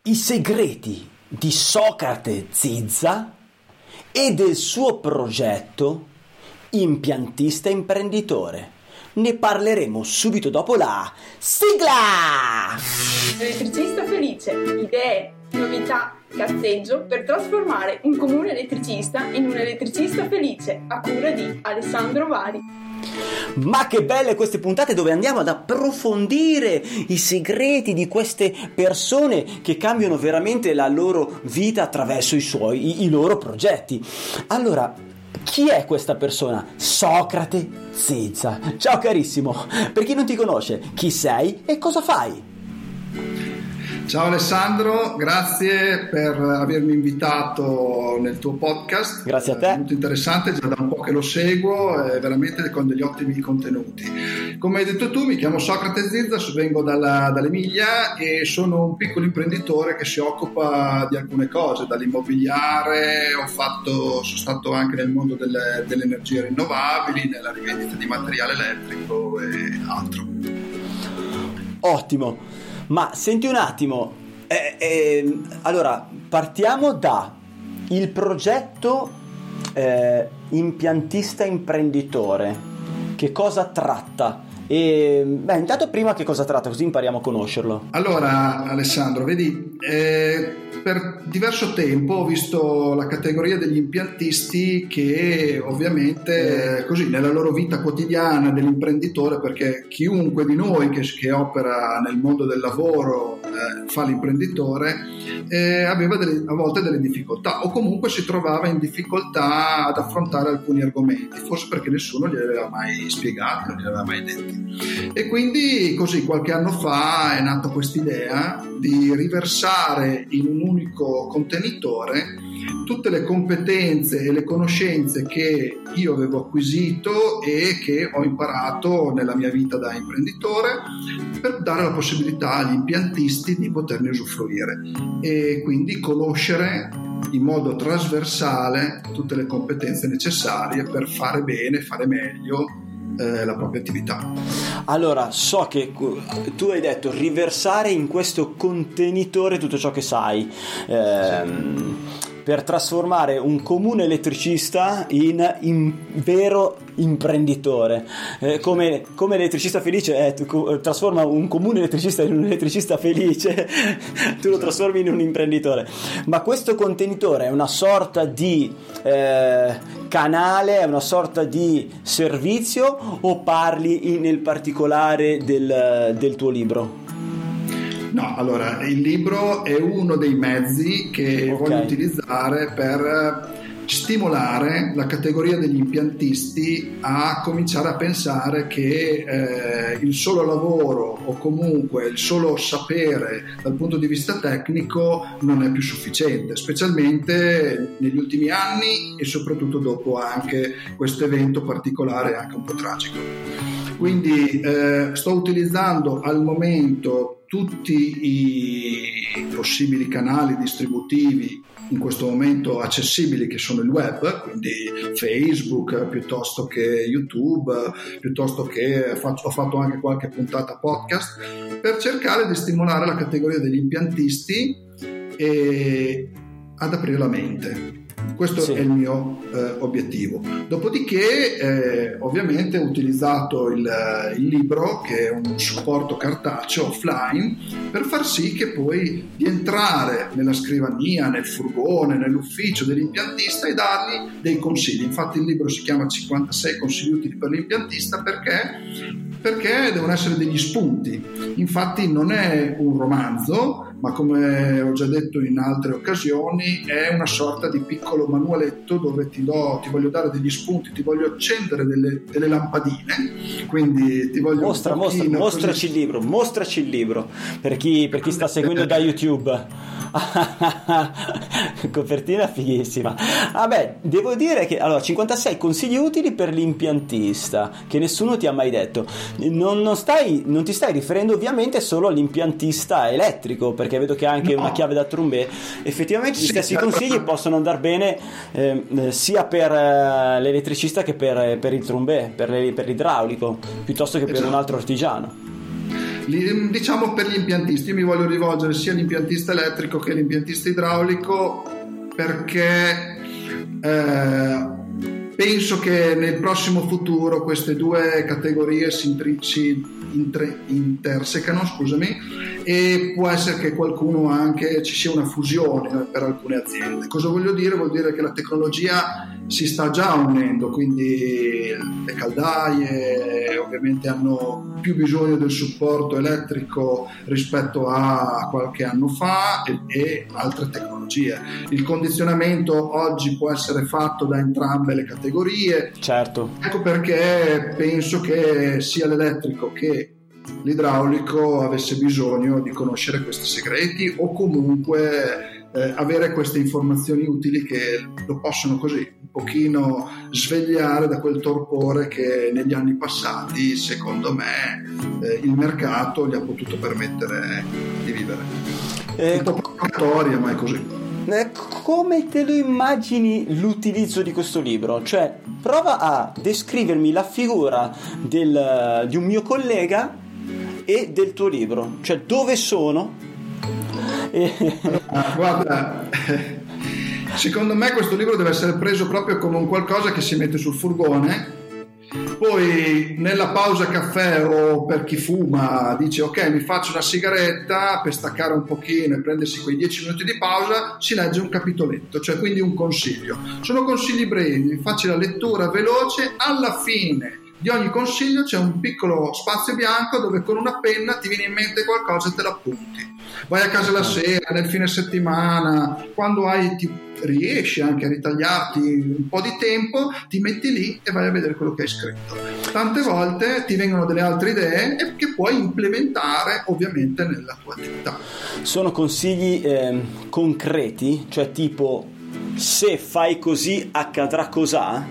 i segreti di Socrate Zizza e del suo progetto impiantista imprenditore. Ne parleremo subito dopo la sigla! Elettricista felice, idee, novità, cazzeggio per trasformare un comune elettricista in un elettricista felice, a cura di Alessandro Vari. Ma che belle queste puntate dove andiamo ad approfondire i segreti di queste persone che cambiano veramente la loro vita attraverso i loro progetti. Allora, chi è questa persona? Socrate Zizza. Ciao carissimo, per chi non ti conosce, chi sei e cosa fai? Ciao Alessandro, grazie per avermi invitato nel tuo podcast. Grazie a te. È molto interessante, già da un po' che lo seguo, veramente con degli ottimi contenuti. Come hai detto tu, mi chiamo Socrate Zizza, vengo dall'Emilia e sono un piccolo imprenditore che si occupa di alcune cose, dall'immobiliare, sono stato anche nel mondo delle energie rinnovabili, nella rivendita di materiale elettrico e altro. Ottimo. Ma senti un attimo, allora partiamo da il progetto impiantista imprenditore. Che cosa tratta? Intanto prima che cosa tratta, così impariamo a conoscerlo. Allora Alessandro, vedi, per diverso tempo ho visto la categoria degli impiantisti che ovviamente così nella loro vita quotidiana dell'imprenditore, perché chiunque di noi che opera nel mondo del lavoro fa l'imprenditore, aveva a volte delle difficoltà o comunque si trovava in difficoltà ad affrontare alcuni argomenti, forse perché nessuno gli aveva mai spiegati, non gli aveva mai detti. E quindi così qualche anno fa è nata quest'idea di riversare in un unico contenitore tutte le competenze e le conoscenze che io avevo acquisito e che ho imparato nella mia vita da imprenditore, per dare la possibilità agli impiantisti di poterne usufruire e quindi conoscere in modo trasversale tutte le competenze necessarie per fare bene, fare meglio la propria attività. Allora, so che tu hai detto riversare in questo contenitore tutto ciò che sai, per trasformare un comune elettricista in vero imprenditore, come elettricista felice trasforma un comune elettricista in un elettricista felice, tu lo trasformi in un imprenditore. Ma questo contenitore è una sorta di canale, è una sorta di servizio, o parli nel particolare del tuo libro? No, allora il libro è uno dei mezzi che voglio utilizzare per stimolare la categoria degli impiantisti a cominciare a pensare che il solo lavoro o comunque il solo sapere dal punto di vista tecnico non è più sufficiente, specialmente negli ultimi anni e soprattutto dopo anche questo evento particolare, anche un po' tragico. Quindi sto utilizzando al momento tutti i possibili canali distributivi in questo momento accessibili, che sono il web, quindi Facebook piuttosto che YouTube, piuttosto che ho fatto anche qualche puntata podcast, per cercare di stimolare la categoria degli impiantisti e ad aprire la mente. Questo è il mio obiettiebo. Dopodiché ovviamente ho utilizzato il libro, che è un supporto cartaceo offline, per far sì che poi di entrare nella scrivania, nel furgone, nell'ufficio dell'impiantista e dargli dei consigli. Infatti il libro si chiama 56 consigli utili per l'impiantista perché devono essere degli spunti. Infatti non è un romanzo, ma come ho già detto in altre occasioni è una sorta di piccolo manualetto dove ti voglio dare degli spunti, ti voglio accendere delle lampadine, quindi ti voglio mostraci il libro per chi sta seguendo da YouTube. Copertina fighissima. Vabbè, devo dire che allora 56 consigli utili per l'impiantista, che nessuno ti ha mai detto. Non ti stai riferendo ovviamente solo all'impiantista elettrico, perché vedo che ha anche una chiave da trombè. Effettivamente gli stessi consigli possono andare bene sia per l'elettricista che per il trombè, per l'idraulico, piuttosto che per un altro artigiano. Diciamo per gli impiantisti, io mi voglio rivolgere sia all'impiantista elettrico che all'impiantista idraulico, perché penso che nel prossimo futuro queste due categorie si intersecano, e può essere che qualcuno anche ci sia una fusione per alcune aziende. Cosa voglio dire? Vuol dire che la tecnologia si sta già unendo, quindi le caldaie ovviamente hanno più bisogno del supporto elettrico rispetto a qualche anno fa, e altre tecnologie. Il condizionamento oggi può essere fatto da entrambe le categorie. Certo. Ecco perché penso che sia l'elettrico che l'idraulico avesse bisogno di conoscere questi segreti, o comunque avere queste informazioni utili che lo possono così un pochino svegliare da quel torpore che negli anni passati, secondo me, il mercato gli ha potuto permettere di vivere. Un po' provocatoria, ma è così. Come te lo immagini l'utilizzo di questo libro? Cioè, prova a descrivermi la figura di un mio collega e del tuo libro, cioè dove sono? Guarda, secondo me questo libro deve essere preso proprio come un qualcosa che si mette sul furgone, poi nella pausa caffè, o per chi fuma dice ok, mi faccio una sigaretta per staccare un pochino e prendersi quei 10 minuti di pausa, si legge un capitoletto, cioè quindi un consiglio. Sono consigli brevi, facile lettura, veloce. Alla fine di ogni consiglio c'è un piccolo spazio bianco dove con una penna ti viene in mente qualcosa e te lo appunti. Vai a casa la sera, nel fine settimana, quando riesci anche a ritagliarti un po' di tempo, ti metti lì e vai a vedere quello che hai scritto. Tante volte ti vengono delle altre idee che puoi implementare ovviamente nella tua attività. Sono consigli concreti, cioè tipo se fai così accadrà cos'ha?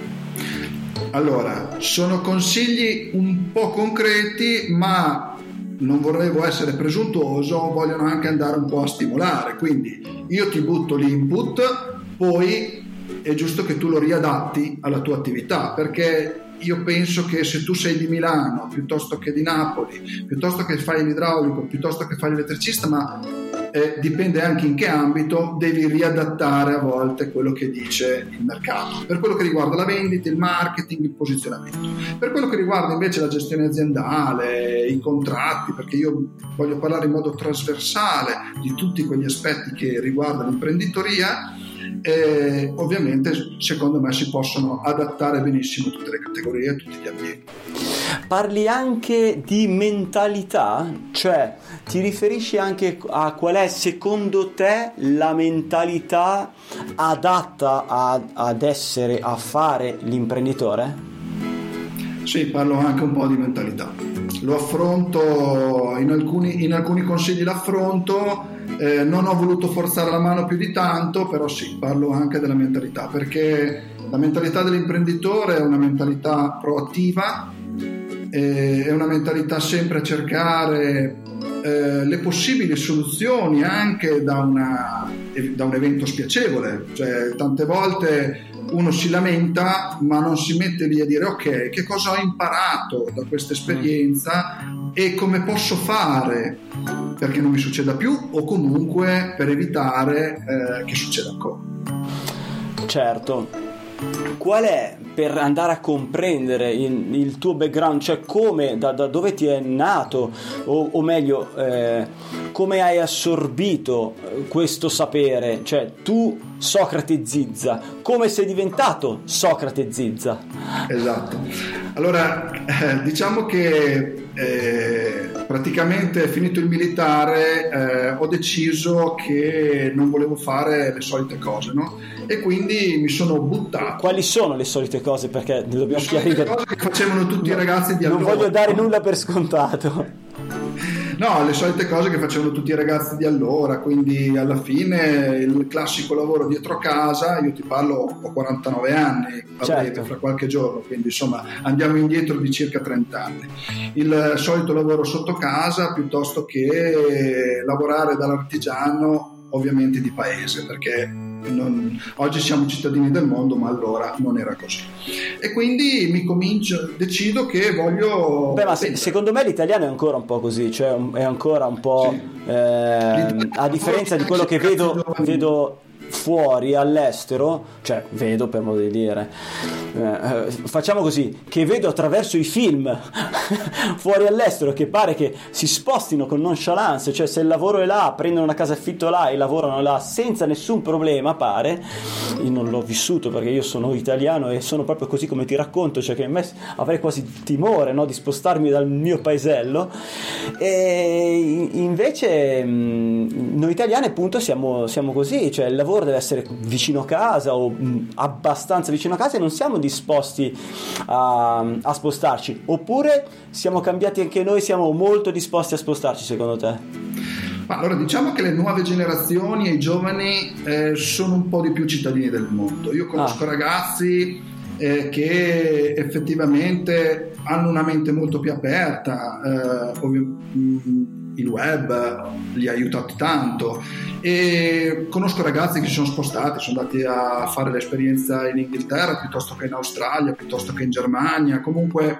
Allora, sono consigli un po' concreti, ma non vorrei essere presuntuoso, vogliono anche andare un po' a stimolare, quindi io ti butto l'input, poi è giusto che tu lo riadatti alla tua attività, perché io penso che se tu sei di Milano piuttosto che di Napoli, piuttosto che fai l'idraulico, piuttosto che fai l'elettricista, ma dipende anche in che ambito, devi riadattare a volte quello che dice il mercato, per quello che riguarda la vendita, il marketing, il posizionamento. Per quello che riguarda invece la gestione aziendale, i contratti, perché io voglio parlare in modo trasversale di tutti quegli aspetti che riguardano l'imprenditoria, ovviamente secondo me si possono adattare benissimo tutte le categorie e tutti gli ambienti. Parli anche di mentalità, cioè ti riferisci anche a qual è secondo te la mentalità adatta a fare l'imprenditore? Sì, parlo anche un po' di mentalità. Lo affronto in alcuni consigli, l'affronto. Non ho voluto forzare la mano più di tanto, però sì, parlo anche della mentalità, perché la mentalità dell'imprenditore è una mentalità proattiva, è una mentalità sempre a cercare le possibili soluzioni anche da un evento spiacevole. Cioè, tante volte uno si lamenta ma non si mette lì a dire ok, che cosa ho imparato da questa esperienza e come posso fare perché non mi succeda più, o comunque per evitare che succeda ancora. Certo. Qual è, per andare a comprendere il tuo background, cioè come, da dove ti è nato, o meglio, come hai assorbito questo sapere, cioè tu Socrate Zizza, come sei diventato Socrate Zizza? Esatto. Allora, diciamo che praticamente finito il militare ho deciso che non volevo fare le solite cose, no? E quindi mi sono buttato. Quali sono le solite cose? Perché dobbiamo chiarire. Le cose che facevano tutti i ragazzi di allora. Non voglio dare nulla per scontato. No, le solite cose che facevano tutti i ragazzi di allora, quindi alla fine il classico lavoro dietro casa. Io ti parlo, ho 49 anni, certo, fra qualche giorno, quindi insomma andiamo indietro di circa 30 anni. Il solito lavoro sotto casa piuttosto che lavorare dall'artigiano, ovviamente di paese, perché oggi siamo cittadini del mondo, ma allora non era così. E quindi decido che voglio... Beh, ma secondo me l'italiano è ancora un po' così, cioè è ancora un po'... Sì. A differenza di quello che vedo fuori all'estero, cioè vedo per modo di dire, facciamo così, che vedo attraverso i film fuori all'estero, che pare che si spostino con nonchalance, cioè se il lavoro è là, prendono una casa affitto là e lavorano là senza nessun problema, pare. Io non l'ho vissuto perché io sono italiano e sono proprio così come ti racconto, cioè che a me avrei quasi timore, no, di spostarmi dal mio paesello, e invece noi italiani appunto siamo così, cioè il lavoro deve essere vicino a casa o abbastanza vicino a casa e non siamo disposti a spostarci. Oppure siamo cambiati anche noi, siamo molto disposti a spostarci, secondo te? Ma allora diciamo che le nuove generazioni e i giovani sono un po' di più cittadini del mondo. Io conosco ragazzi che effettivamente hanno una mente molto più aperta, il web li ha aiutati tanto, e conosco ragazzi che si sono spostati, sono andati a fare l'esperienza in Inghilterra piuttosto che in Australia, piuttosto che in Germania. Comunque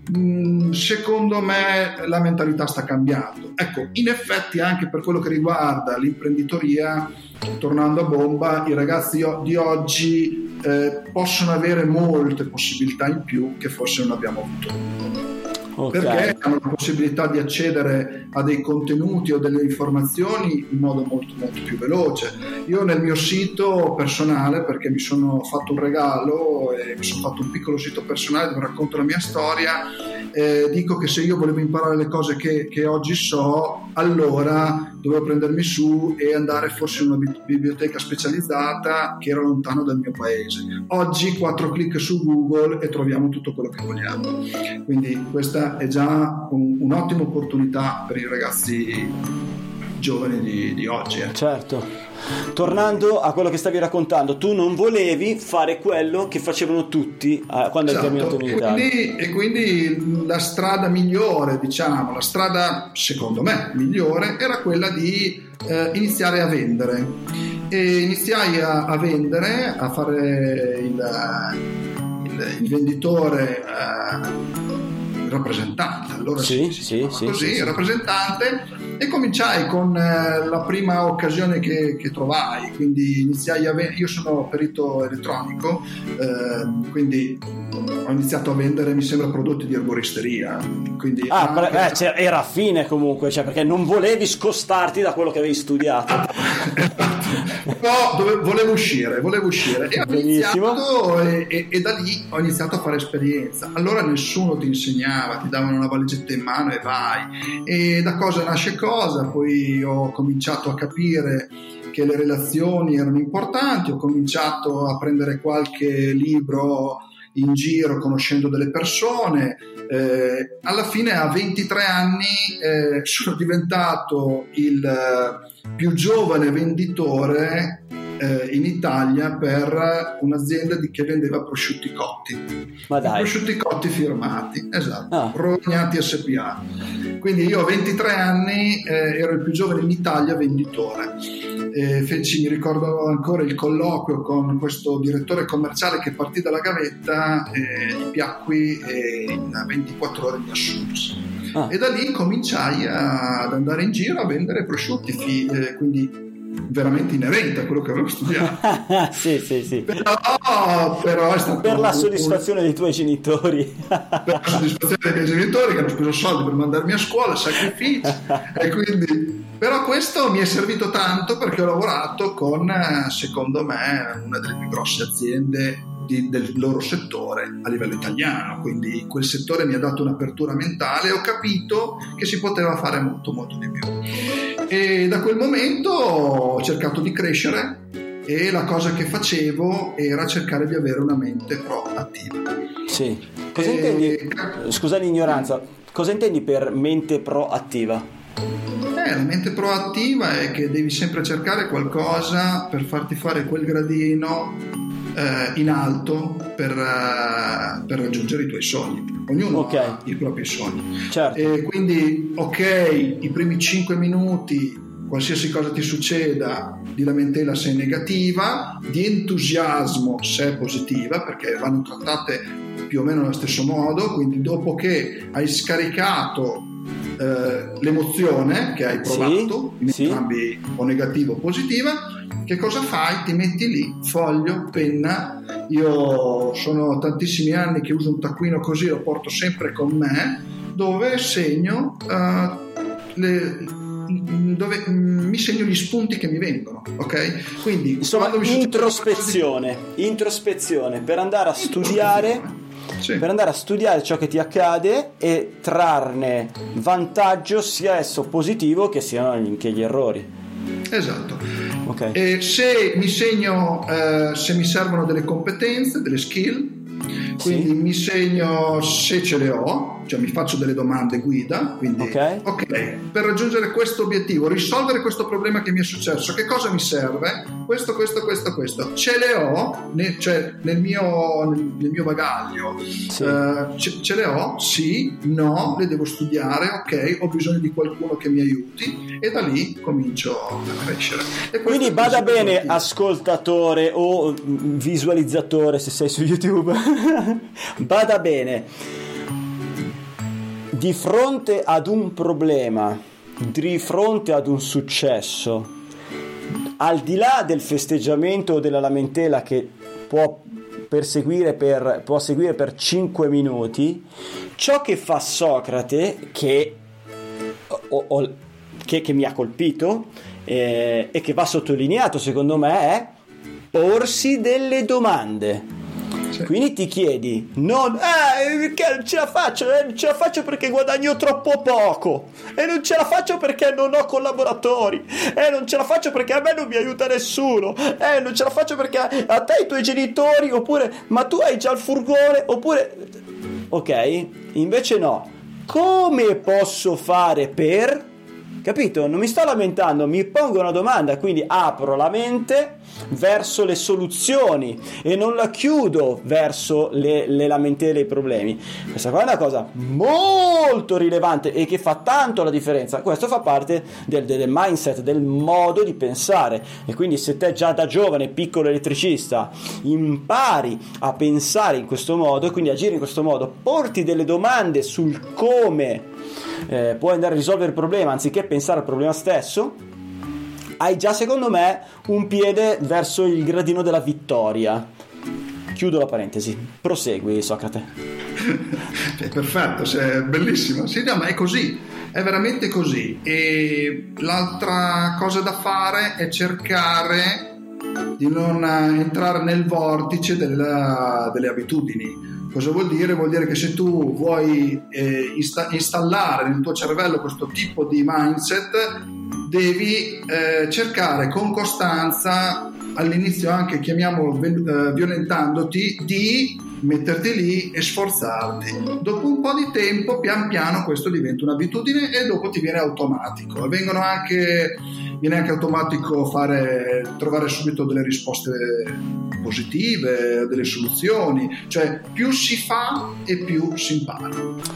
secondo me la mentalità sta cambiando. Ecco, in effetti anche per quello che riguarda l'imprenditoria, tornando a bomba, i ragazzi di oggi possono avere molte possibilità in più che forse non abbiamo avuto. Okay. Perché hanno la possibilità di accedere a dei contenuti o delle informazioni in modo molto molto più veloce. Io nel mio sito personale, perché mi sono fatto un regalo e mi sono fatto un piccolo sito personale dove racconto la mia storia, dico che se io volevo imparare le cose che oggi so, allora dovevo prendermi su e andare forse in una biblioteca specializzata che era lontano dal mio paese. Oggi 4 clic su Google e troviamo tutto quello che vogliamo. Quindi questa è già un'ottima opportunità per i ragazzi giovani di oggi. Certo. Tornando a quello che stavi raccontando, tu non volevi fare quello che facevano tutti quando hai terminato in Italia. E quindi la strada migliore, diciamo, la strada secondo me migliore era quella di iniziare a vendere. E iniziai a vendere, a fare il venditore rappresentante, allora sì, rappresentante, e cominciai con la prima occasione che trovai, quindi iniziai io sono perito elettronico, quindi ho iniziato a vendere, mi sembra, prodotti di erboristeria, quindi era fine comunque, cioè perché non volevi scostarti da quello che avevi studiato. No, volevo uscire e ho iniziato e da lì ho iniziato a fare esperienza. Allora nessuno ti insegnava, ti davano una valigetta in mano e vai, e da cosa nasce cosa. Poi ho cominciato a capire che le relazioni erano importanti, ho cominciato a prendere qualche libro in giro conoscendo delle persone. Alla fine a 23 anni sono diventato il più giovane venditore in Italia per un'azienda che vendeva prosciutti cotti. Ma dai. Prosciutti cotti firmati, esatto, Rognati SPA. Quindi io a 23 anni ero il più giovane in Italia venditore. Mi ricordo ancora il colloquio con questo direttore commerciale che partì dalla gavetta, gli piacqui e in 24 ore mi assunse. E da lì cominciai ad andare in giro a vendere prosciutti, quindi veramente inerente a quello che avevo studiato. sì. Però è stato per la soddisfazione dei tuoi genitori. Per la soddisfazione dei miei genitori che hanno speso soldi per mandarmi a scuola, sacrifici, e quindi però questo mi è servito tanto perché ho lavorato con, secondo me, una delle più grosse aziende del loro settore a livello italiano, quindi quel settore mi ha dato un'apertura mentale e ho capito che si poteva fare molto molto di più, e da quel momento ho cercato di crescere e la cosa che facevo era cercare di avere una mente proattiva. Sì. Cosa intendi? Scusa l'ignoranza, cosa intendi per mente proattiva? La mente proattiva è che devi sempre cercare qualcosa per farti fare quel gradino in alto per raggiungere i tuoi sogni. Ognuno ha i propri sogni. Certo. E quindi i primi 5 minuti qualsiasi cosa ti succeda, di lamentela se è negativa, di entusiasmo se è positiva, perché vanno trattate più o meno allo stesso modo. Quindi dopo che hai scaricato l'emozione che hai provato, in entrambi o negativa o positiva, che cosa fai? Ti metti lì, foglio, penna. Io sono tantissimi anni che uso un taccuino così, lo porto sempre con me, dove segno dove mi segno gli spunti che mi vengono, ok? Quindi insomma, introspezione per andare a studiare. Sì. Per andare a studiare ciò che ti accade e trarne vantaggio, sia esso positivo che siano anche gli errori. Esatto. Okay. E se mi segno, se mi servono delle competenze, delle skill, quindi mi segno se ce le ho, cioè mi faccio delle domande guida, quindi ok, per raggiungere questo obiettivo, risolvere questo problema che mi è successo, che cosa mi serve? Questo, ce le ho, cioè nel mio bagaglio, ce le ho, sì, no, le devo studiare, ok, ho bisogno di qualcuno che mi aiuti, e da lì comincio a crescere. E quindi bada bene, ascoltatore o visualizzatore se sei su YouTube, bada bene, di fronte ad un problema, di fronte ad un successo, al di là del festeggiamento o della lamentela che può seguire per 5 minuti, ciò che fa Socrate, che mi ha colpito e che va sottolineato secondo me, è porsi delle domande. Quindi ti chiedi non perché non ce la faccio perché guadagno troppo poco, e non ce la faccio perché non ho collaboratori, e non ce la faccio perché a me non mi aiuta nessuno, non ce la faccio perché a te i tuoi genitori, oppure ma tu hai già il furgone, oppure ok, invece no, come posso fare per, capito? Non mi sto lamentando, mi pongo una domanda, quindi apro la mente verso le soluzioni e non la chiudo verso le lamentele e i problemi. Questa qua è una cosa molto rilevante e che fa tanto la differenza. Questo fa parte del mindset, del modo di pensare, e quindi se te già da giovane piccolo elettricista impari a pensare in questo modo e quindi agire in questo modo, porti delle domande sul come puoi andare a risolvere il problema anziché pensare al problema stesso, hai già secondo me un piede verso il gradino della vittoria. Chiudo la parentesi, prosegui Socrate. Perfetto, bellissimo. Sì, no, ma è così, è veramente così. E l'altra cosa da fare è cercare di non entrare nel vortice delle abitudini. Cosa vuol dire? Vuol dire che se tu vuoi installare nel tuo cervello questo tipo di mindset, devi cercare con costanza, all'inizio anche chiamiamolo violentandoti, di metterti lì e sforzarti. Dopo un po' di tempo, pian piano, questo diventa un'abitudine e dopo ti viene automatico. Viene anche automatico trovare subito delle risposte positive, delle soluzioni, cioè più si fa e più si impara.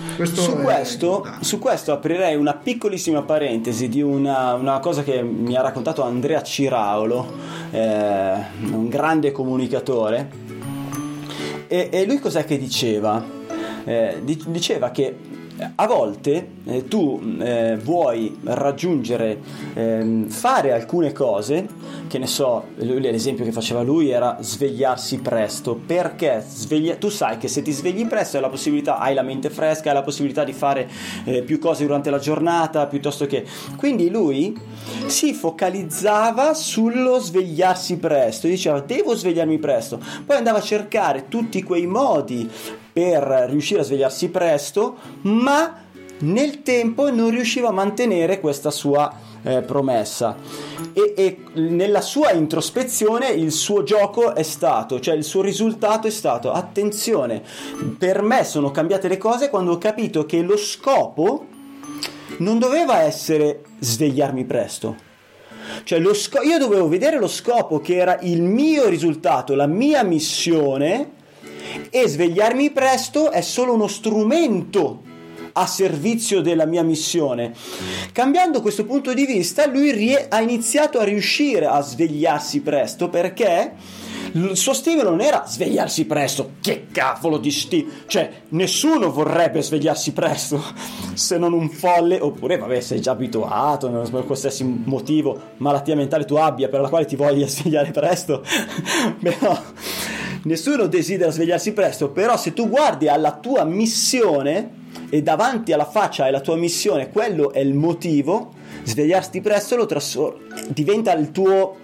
Su questo aprirei una piccolissima parentesi di una cosa che mi ha raccontato Andrea Ciraulo, un grande comunicatore, e lui cos'è che diceva? Diceva che a volte tu vuoi raggiungere, fare alcune cose, che ne so, l'esempio che faceva lui era svegliarsi presto, perché tu sai che se ti svegli presto hai la mente fresca, hai la possibilità di fare più cose durante la giornata, piuttosto che, quindi lui si focalizzava sullo svegliarsi presto, diceva devo svegliarmi presto, poi andava a cercare tutti quei modi per riuscire a svegliarsi presto, ma nel tempo non riusciva a mantenere questa sua promessa, e nella sua introspezione il suo gioco è stato, cioè il suo risultato è stato: attenzione, per me sono cambiate le cose quando ho capito che lo scopo non doveva essere svegliarmi presto, cioè io dovevo vedere lo scopo, che era il mio risultato, la mia missione, e svegliarmi presto è solo uno strumento a servizio della mia missione. Cambiando questo punto di vista, lui ha iniziato a riuscire a svegliarsi presto, perché il suo stile non era svegliarsi presto. Che cavolo di stile, cioè nessuno vorrebbe svegliarsi presto se non un folle, oppure vabbè, sei già abituato, non so qualsiasi motivo, malattia mentale tu abbia per la quale ti voglia svegliare presto. Però nessuno desidera svegliarsi presto. Però se tu guardi alla tua missione e davanti alla faccia hai la tua missione, quello è il motivo. Svegliarti presto diventa il tuo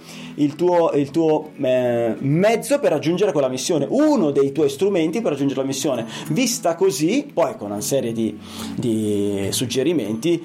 mezzo per raggiungere quella missione, uno dei tuoi strumenti per raggiungere la missione. Vista così, poi con una serie di suggerimenti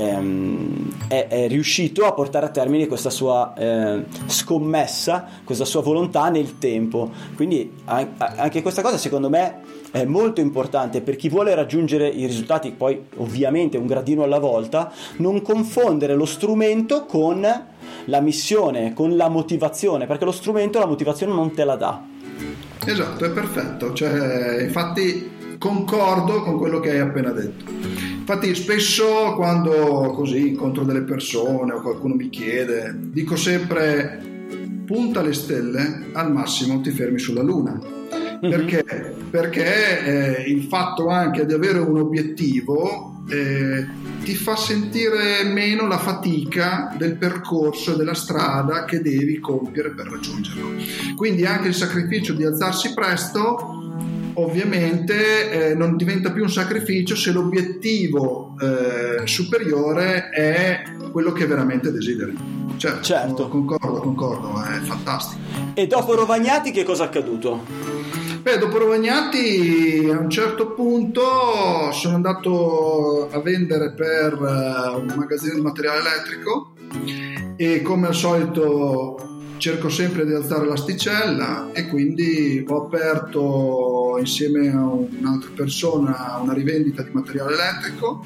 è riuscito a portare a termine questa sua scommessa, questa sua volontà nel tempo. Quindi anche questa cosa secondo me è molto importante per chi vuole raggiungere i risultati, poi ovviamente un gradino alla volta, non confondere lo strumento con la missione, con la motivazione, perché lo strumento la motivazione non te la dà. Esatto, è perfetto, cioè, infatti concordo con quello che hai appena detto. Infatti spesso quando così incontro delle persone o qualcuno mi chiede, dico sempre: punta alle stelle, al massimo ti fermi sulla luna. Perché? Perché il fatto anche di avere un obiettivo ti fa sentire meno la fatica del percorso, della strada che devi compiere per raggiungerlo. Quindi anche il sacrificio di alzarsi presto ovviamente non diventa più un sacrificio se l'obiettivo superiore è quello che veramente desideri. Certo. Concordo, è fantastico. E dopo Rovagnati che cosa è accaduto? Beh, dopo Rovagnati a un certo punto sono andato a vendere per un magazzino di materiale elettrico e come al solito cerco sempre di alzare l'asticella e quindi ho aperto insieme a un'altra persona una rivendita di materiale elettrico.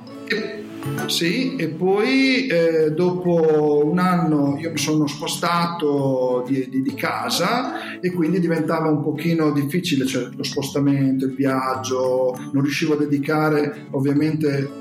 Sì, e poi dopo un anno io mi sono spostato di casa e quindi diventava un pochino difficile, cioè lo spostamento, il viaggio, non riuscivo a dedicare ovviamente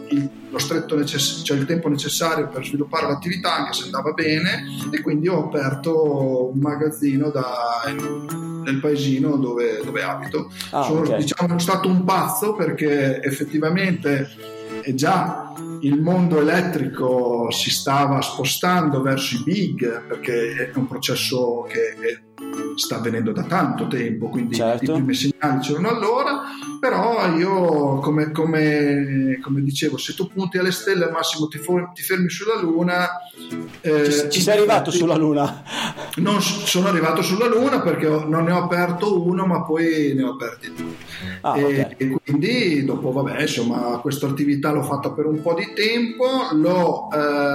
il tempo necessario per sviluppare l'attività, anche se andava bene, e quindi ho aperto un magazzino nel paesino dove abito. Sono diciamo stato un pazzo perché effettivamente già il mondo elettrico si stava spostando verso i big, perché è un processo che sta avvenendo da tanto tempo, quindi certo, i primi segnali c'erano allora, però io come dicevo, se tu punti alle stelle al massimo ti fermi sulla luna. Ci sei arrivato sulla luna? Non sono arrivato sulla luna perché non ne ho aperto uno, ma poi ne ho aperti due. E quindi dopo insomma questa attività l'ho fatta per un po' di tempo, l'ho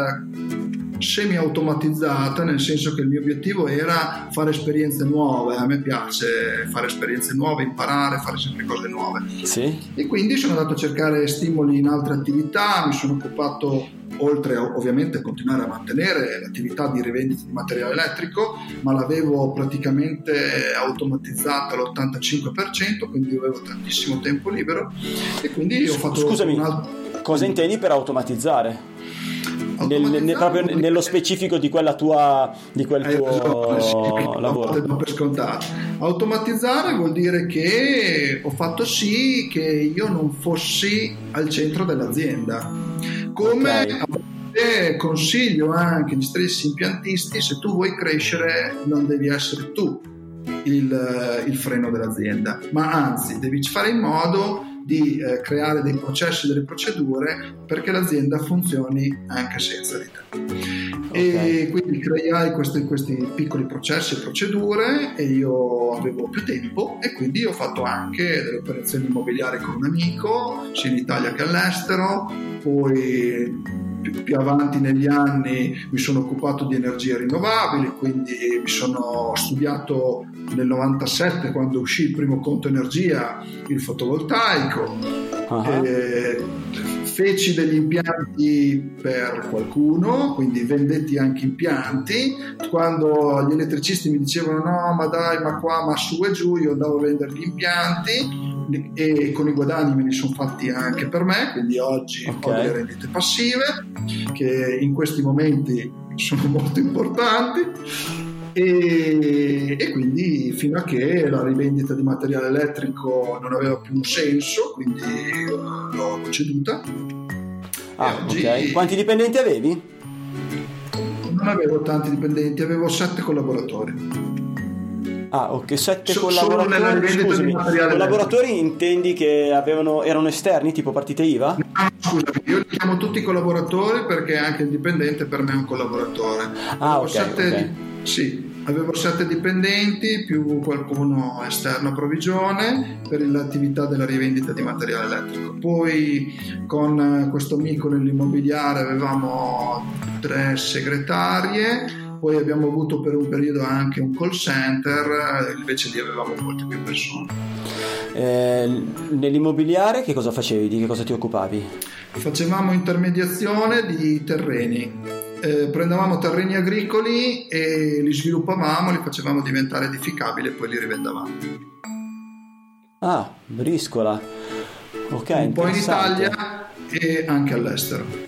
semi-automatizzata, nel senso che il mio obiettivo era fare esperienze nuove. A me piace fare esperienze nuove, imparare, fare sempre cose nuove. Sì. E quindi sono andato a cercare stimoli in altre attività, mi sono occupato, oltre ovviamente a continuare a mantenere l'attività di rivendita di materiale elettrico, ma l'avevo praticamente automatizzata all'85%, quindi avevo tantissimo tempo libero e quindi ho fatto... Scusami, cosa intendi per automatizzare? Proprio nello specifico di quel tuo lavoro. Do per scontato. Automatizzare vuol dire che ho fatto sì che io non fossi al centro dell'azienda. Come consiglio anche gli stessi impiantisti, se tu vuoi crescere non devi essere tu il freno dell'azienda, ma anzi devi fare in modo di creare dei processi, delle procedure perché l'azienda funzioni anche senza di te. E quindi creai questi piccoli processi e procedure e io avevo più tempo e quindi ho fatto anche delle operazioni immobiliari con un amico sia in Italia che all'estero. Poi più avanti negli anni mi sono occupato di energie rinnovabili, quindi mi sono studiato nel 97, quando uscì il primo conto energia, il fotovoltaico. feci degli impianti per qualcuno, quindi vendetti anche impianti. Quando gli elettricisti mi dicevano no, ma dai, ma qua, ma su e giù, io andavo a vendere gli impianti e con i guadagni me li sono fatti anche per me, quindi oggi ho delle rendite passive che in questi momenti sono molto importanti. E quindi fino a che la rivendita di materiale elettrico non aveva più un senso, quindi l'ho ceduta. Oggi... ok. Quanti dipendenti avevi? Non avevo tanti dipendenti, avevo 7 collaboratori. Ok, 7 collaboratori. Scusami, collaboratori intendi che erano esterni, tipo partite IVA? No, scusami, io li chiamo tutti collaboratori perché anche il dipendente per me è un collaboratore. Sì, avevo 7 dipendenti più qualcuno esterno a provvigione per l'attività della rivendita di materiale elettrico. Poi con questo amico nell'immobiliare avevamo 3 segretarie. Poi abbiamo avuto per un periodo anche un call center, invece lì avevamo molte più persone. Nell'immobiliare che cosa facevi? Di che cosa ti occupavi? Facevamo intermediazione di terreni. Prendevamo terreni agricoli e li sviluppavamo, li facevamo diventare edificabili e poi li rivendavamo. Briscola. Ok, un po' in Italia e anche all'estero.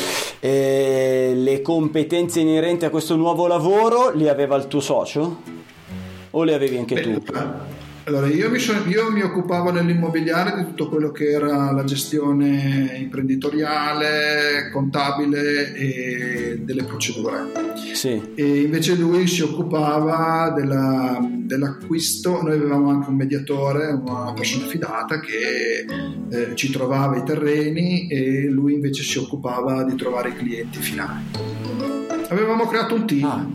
Le competenze inerenti a questo nuovo lavoro le aveva il tuo socio? O le avevi anche tu? Allora, io mi occupavo nell'immobiliare di tutto quello che era la gestione imprenditoriale, contabile e delle procedure. Sì. E invece lui si occupava dell'acquisto. Noi avevamo anche un mediatore, una persona fidata che ci trovava i terreni e lui invece si occupava di trovare i clienti finali. Avevamo creato un team.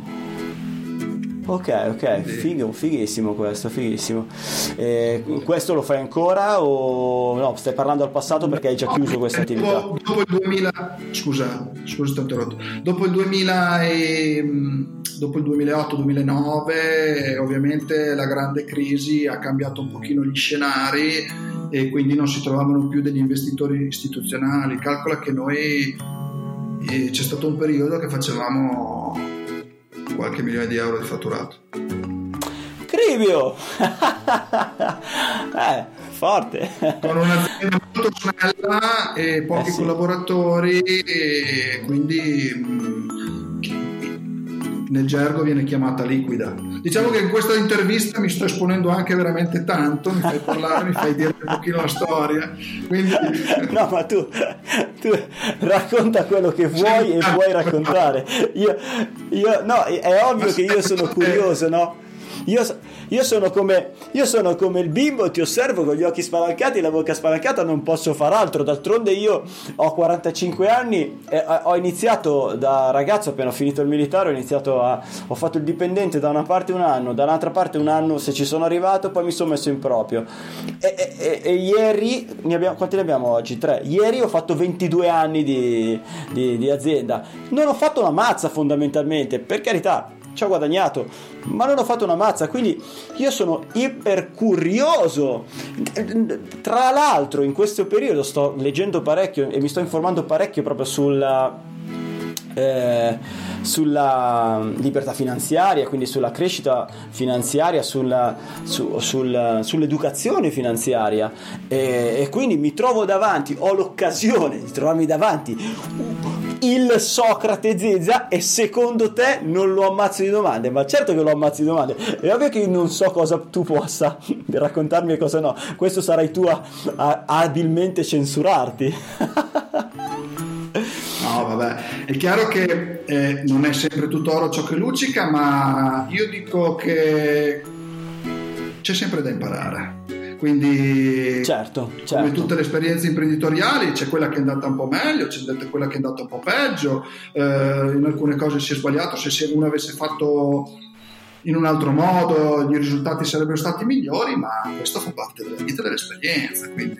Ok, fighissimo questo, fighissimo. Questo lo fai ancora o no? Stai parlando al passato perché hai già chiuso questa attività? Dopo il 2000, scusa ti ho interrotto. Dopo il 2008-2009 ovviamente la grande crisi ha cambiato un pochino gli scenari e quindi non si trovavano più degli investitori istituzionali. Calcola che noi c'è stato un periodo che facevamo qualche milione di euro di fatturato. Cribio! Forte! Con un'azienda molto snella e pochi collaboratori e quindi nel gergo viene chiamata liquida. Diciamo che in questa intervista mi sto esponendo anche veramente tanto, mi fai parlare, mi fai dire un pochino la storia, quindi... No, ma tu racconta quello che vuoi e puoi raccontare. Io no, è ovvio che io sono curioso, no? Io sono come il bimbo, ti osservo con gli occhi spalancati e la bocca spalancata, non posso far altro. D'altronde io ho 45 anni e ho iniziato da ragazzo, appena ho finito il militare, ho fatto il dipendente da una parte un anno, dall'altra parte un anno se ci sono arrivato, poi mi sono messo in proprio e ieri quanti ne abbiamo oggi? 3. Ieri ho fatto 22 anni di azienda. Non ho fatto una mazza fondamentalmente, per carità, ci ho guadagnato, ma non ho fatto una mazza, quindi io sono iper curioso. Tra l'altro in questo periodo sto leggendo parecchio e mi sto informando parecchio proprio sulla libertà finanziaria, quindi sulla crescita finanziaria, sull'educazione finanziaria e quindi mi trovo davanti, ho l'occasione di trovarmi davanti il Socrate Zezza e secondo te non lo ammazzo di domande? Ma certo che lo ammazzo di domande, è ovvio che io non so cosa tu possa raccontarmi e cosa no, questo sarai tu a abilmente censurarti. No, vabbè, è chiaro che non è sempre tutto oro ciò che luccica, ma io dico che c'è sempre da imparare. Quindi certo. Come tutte le esperienze imprenditoriali c'è quella che è andata un po' meglio, c'è quella che è andata un po' peggio, in alcune cose si è sbagliato, se uno avesse fatto in un altro modo i risultati sarebbero stati migliori, ma questo fa parte della vita e dell'esperienza, quindi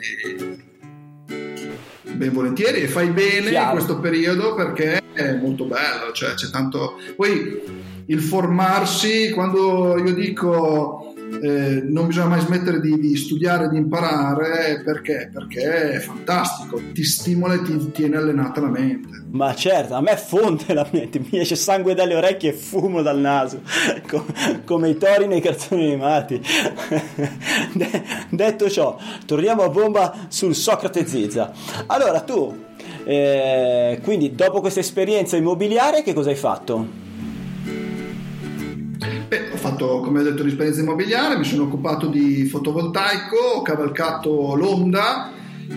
ben volentieri, e fai bene in questo periodo perché è molto bello, cioè c'è tanto. Poi il formarsi, quando io dico non bisogna mai smettere di studiare, di imparare, perché è fantastico, ti stimola e ti tiene allenata la mente. Ma certo, a me fonde la mente, mi esce sangue dalle orecchie e fumo dal naso, come i tori nei cartoni animati. Detto ciò, torniamo a bomba sul Socrate Zizza. Allora tu, quindi dopo questa esperienza immobiliare, che cosa hai fatto? Ho fatto, come ho detto, l'esperienza immobiliare, mi sono occupato di fotovoltaico, ho cavalcato l'onda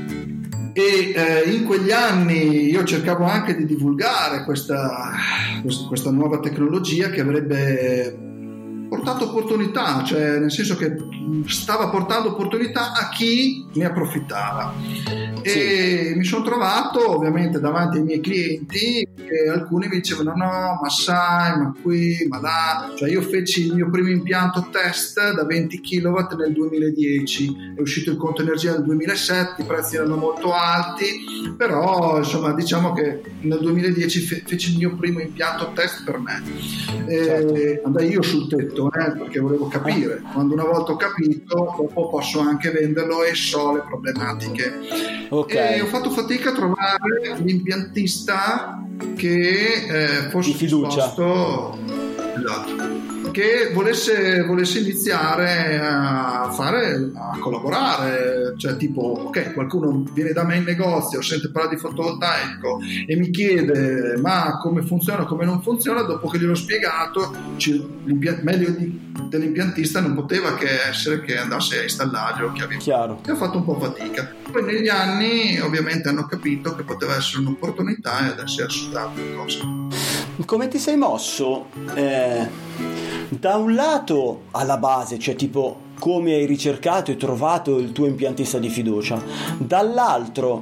e in quegli anni io cercavo anche di divulgare questa nuova tecnologia che avrebbe portato opportunità, cioè nel senso che stava portando opportunità a chi ne approfittava. E mi sono trovato ovviamente davanti ai miei clienti e alcuni mi dicevano no, ma sai, ma qui, ma là, cioè io feci il mio primo impianto test da 20 kW nel 2010, è uscito il conto energia nel 2007, i prezzi erano molto alti, però insomma diciamo che nel 2010 feci il mio primo impianto test per me. Andai io sul tetto perché volevo capire, quando una volta ho capito dopo posso anche venderlo e so le problematiche. E ho fatto fatica a trovare l'impiantista che fosse disposto, che volesse iniziare a collaborare, cioè tipo ok, qualcuno viene da me in negozio, sente parlare di fotovoltaico e mi chiede ma come funziona, come non funziona, dopo che gliel'ho spiegato meglio dell'impiantista non poteva che essere che andasse a installarlo, chiaro. E ho fatto un po' fatica, poi negli anni ovviamente hanno capito che poteva essere un'opportunità e adesso è assolutamente una cosa. Come ti sei mosso? Da un lato alla base, cioè tipo come hai ricercato e trovato il tuo impiantista di fiducia, dall'altro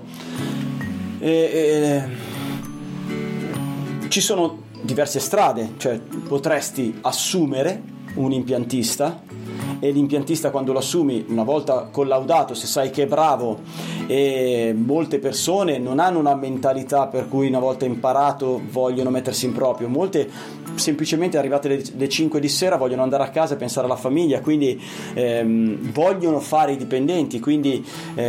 ci sono diverse strade, cioè potresti assumere un impiantista e l'impiantista quando lo assumi una volta collaudato, se sai che è bravo, e molte persone non hanno una mentalità per cui una volta imparato vogliono mettersi in proprio, molte semplicemente arrivate le 5 di sera vogliono andare a casa e pensare alla famiglia, quindi vogliono fare i dipendenti, quindi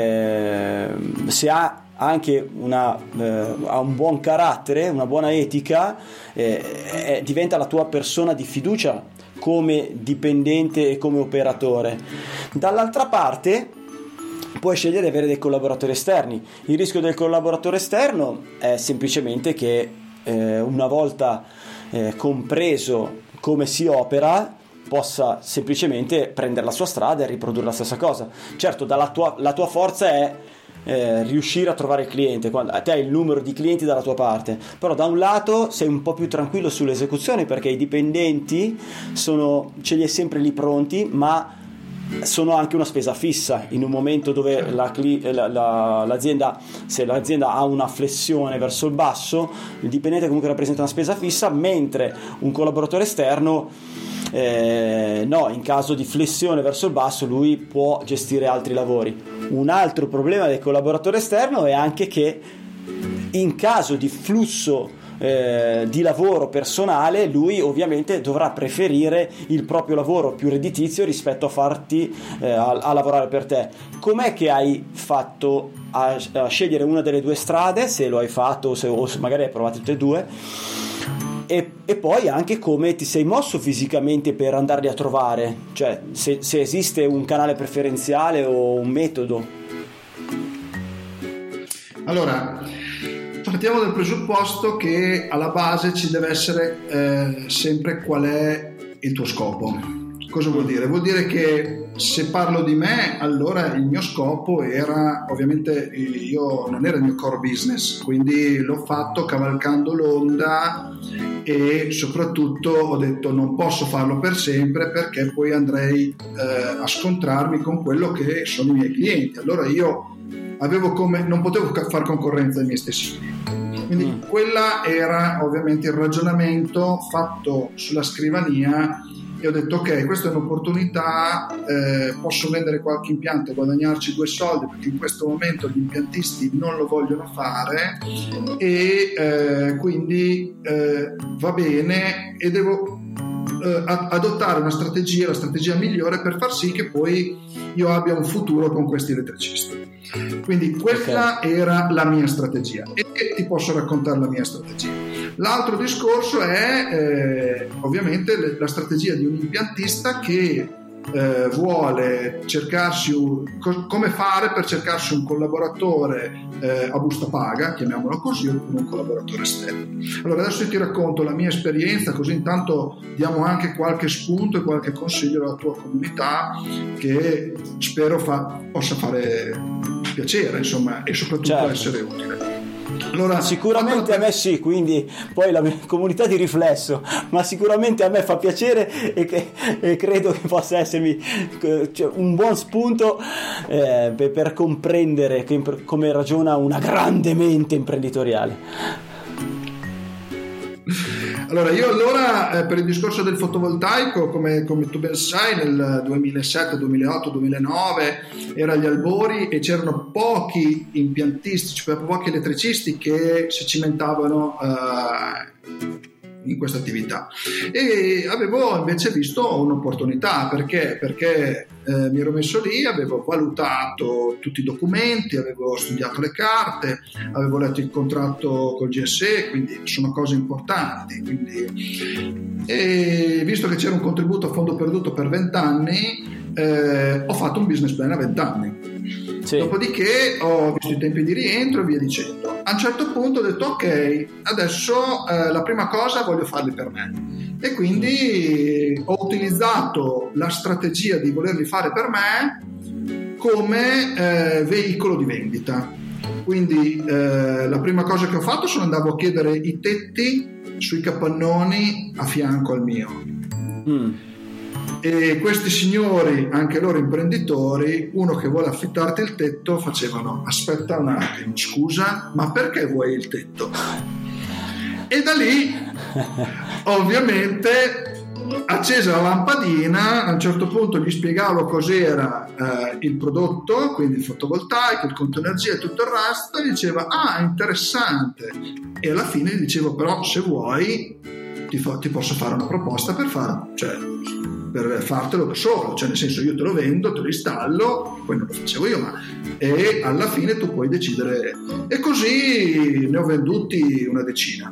se ha anche ha un buon carattere, una buona etica, diventa la tua persona di fiducia come dipendente e come operatore. Dall'altra parte puoi scegliere di avere dei collaboratori esterni. Il rischio del collaboratore esterno è semplicemente che una volta compreso come si opera possa semplicemente prendere la sua strada e riprodurre la stessa cosa. Certo, la tua forza è riuscire a trovare il cliente, quando a te hai il numero di clienti dalla tua parte, però da un lato sei un po' più tranquillo sull'esecuzione perché i dipendenti ce li hai sempre lì pronti, ma sono anche una spesa fissa in un momento dove l'azienda, se l'azienda ha una flessione verso il basso, il dipendente comunque rappresenta una spesa fissa, mentre un collaboratore esterno no, in caso di flessione verso il basso lui può gestire altri lavori. Un altro problema del collaboratore esterno è anche che in caso di flusso di lavoro personale lui ovviamente dovrà preferire il proprio lavoro più redditizio rispetto a farti a lavorare per te. Com'è che hai fatto a scegliere una delle due strade, se lo hai fatto o magari hai provato tutte e due, e poi anche come ti sei mosso fisicamente per andarli a trovare, cioè se esiste un canale preferenziale o un metodo? Allora, partiamo dal presupposto che alla base ci deve essere sempre qual è il tuo scopo. Cosa vuol dire? Vuol dire che se parlo di me, allora il mio scopo era, ovviamente io non era il mio core business, quindi l'ho fatto cavalcando l'onda e soprattutto ho detto non posso farlo per sempre perché poi andrei a scontrarmi con quello che sono i miei clienti. Allora io non potevo far concorrenza ai miei stessi clienti. Quindi quella era ovviamente il ragionamento fatto sulla scrivania e ho detto ok, questa è un'opportunità, posso vendere qualche impianto e guadagnarci 2 soldi perché in questo momento gli impiantisti non lo vogliono fare e quindi va bene e devo adottare la strategia migliore per far sì che poi io abbia un futuro con questi elettricisti. Quindi questa era la mia strategia e ti posso raccontare la mia strategia. L'altro discorso è ovviamente la strategia di un impiantista che vuole cercarsi come fare per cercarsi un collaboratore a busta paga, chiamiamolo così, oppure un collaboratore esterno. Allora adesso ti racconto la mia esperienza, così intanto diamo anche qualche spunto e qualche consiglio alla tua comunità che spero possa fare piacere, insomma, e soprattutto essere utile. Allora, sicuramente a me sì, quindi poi la mia comunità di riflesso, ma sicuramente a me fa piacere e credo che possa essermi un buon spunto per comprendere come ragiona una grande mente imprenditoriale. Allora, io per il discorso del fotovoltaico, come tu ben sai, nel 2007, 2008, 2009 era agli albori e c'erano pochi impiantisti, cioè pochi elettricisti che si cimentavano in questa attività, e avevo invece visto un'opportunità perché mi ero messo lì, avevo valutato tutti i documenti, avevo studiato le carte, avevo letto il contratto col GSE, quindi sono cose importanti, e visto che c'era un contributo a fondo perduto per 20 anni, ho fatto un business plan a 20 anni. Sì. Dopodiché ho visto i tempi di rientro e via dicendo. A un certo punto ho detto ok, adesso la prima cosa voglio farli per me, e quindi ho utilizzato la strategia di volerli fare per me come veicolo di vendita. Quindi la prima cosa che ho fatto sono andavo a chiedere i tetti sui capannoni a fianco al mio. E questi signori, anche loro imprenditori, uno che vuole affittarti il tetto, facevano aspetta un attimo, scusa, ma perché vuoi il tetto? E da lì ovviamente accesa la lampadina, a un certo punto gli spiegavo cos'era il prodotto, quindi il fotovoltaico, il conto energia e tutto il resto, e diceva interessante, e alla fine gli dicevo però se vuoi ti posso fare una proposta per fartelo da solo, cioè nel senso io te lo vendo, te lo installo, poi non lo facevo io, e alla fine tu puoi decidere, e così ne ho venduti una decina.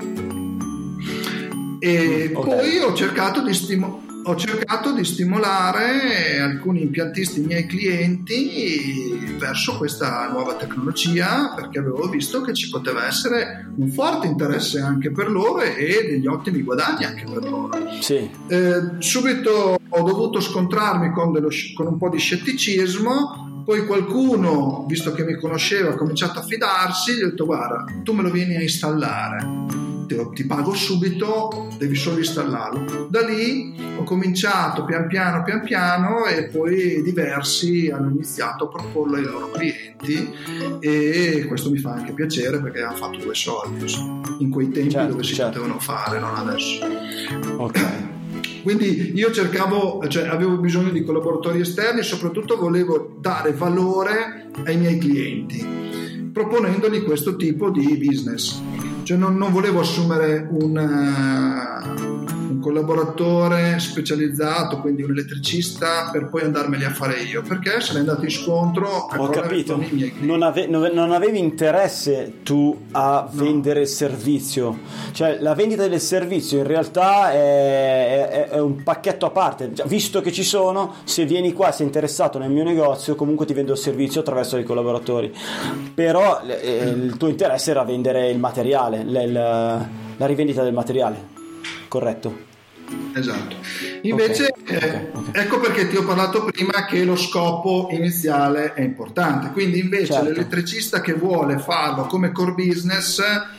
E poi ho cercato di stimolare alcuni impiantisti miei clienti verso questa nuova tecnologia, perché avevo visto che ci poteva essere un forte interesse anche per loro e degli ottimi guadagni anche per loro. Sì. Subito ho dovuto scontrarmi con un po' di scetticismo, poi qualcuno, visto che mi conosceva, ha cominciato a fidarsi, gli ho detto guarda, tu me lo vieni a installare, ti pago subito, devi solo installarlo. Da lì ho cominciato pian piano e poi diversi hanno iniziato a proporlo ai loro clienti, e questo mi fa anche piacere perché hanno fatto 2 soldi, insomma, in quei tempi dove si potevano fare, non adesso. Quindi io avevo bisogno di collaboratori esterni e soprattutto volevo dare valore ai miei clienti proponendogli questo tipo di business. Cioè non volevo assumere un collaboratore specializzato, quindi un elettricista, per poi andarmeli a fare io, perché sarei andato in scontro con i miei clienti. Non avevi interesse tu a vendere il servizio, cioè la vendita del servizio in realtà è un pacchetto a parte, visto che ci sono, se vieni qua, sei interessato nel mio negozio, comunque ti vendo il servizio attraverso i collaboratori, però il tuo interesse era vendere il materiale, la rivendita del materiale, corretto? Esatto. Invece ecco perché ti ho parlato prima che lo scopo iniziale è importante. Quindi invece l'elettricista che vuole farlo come core business,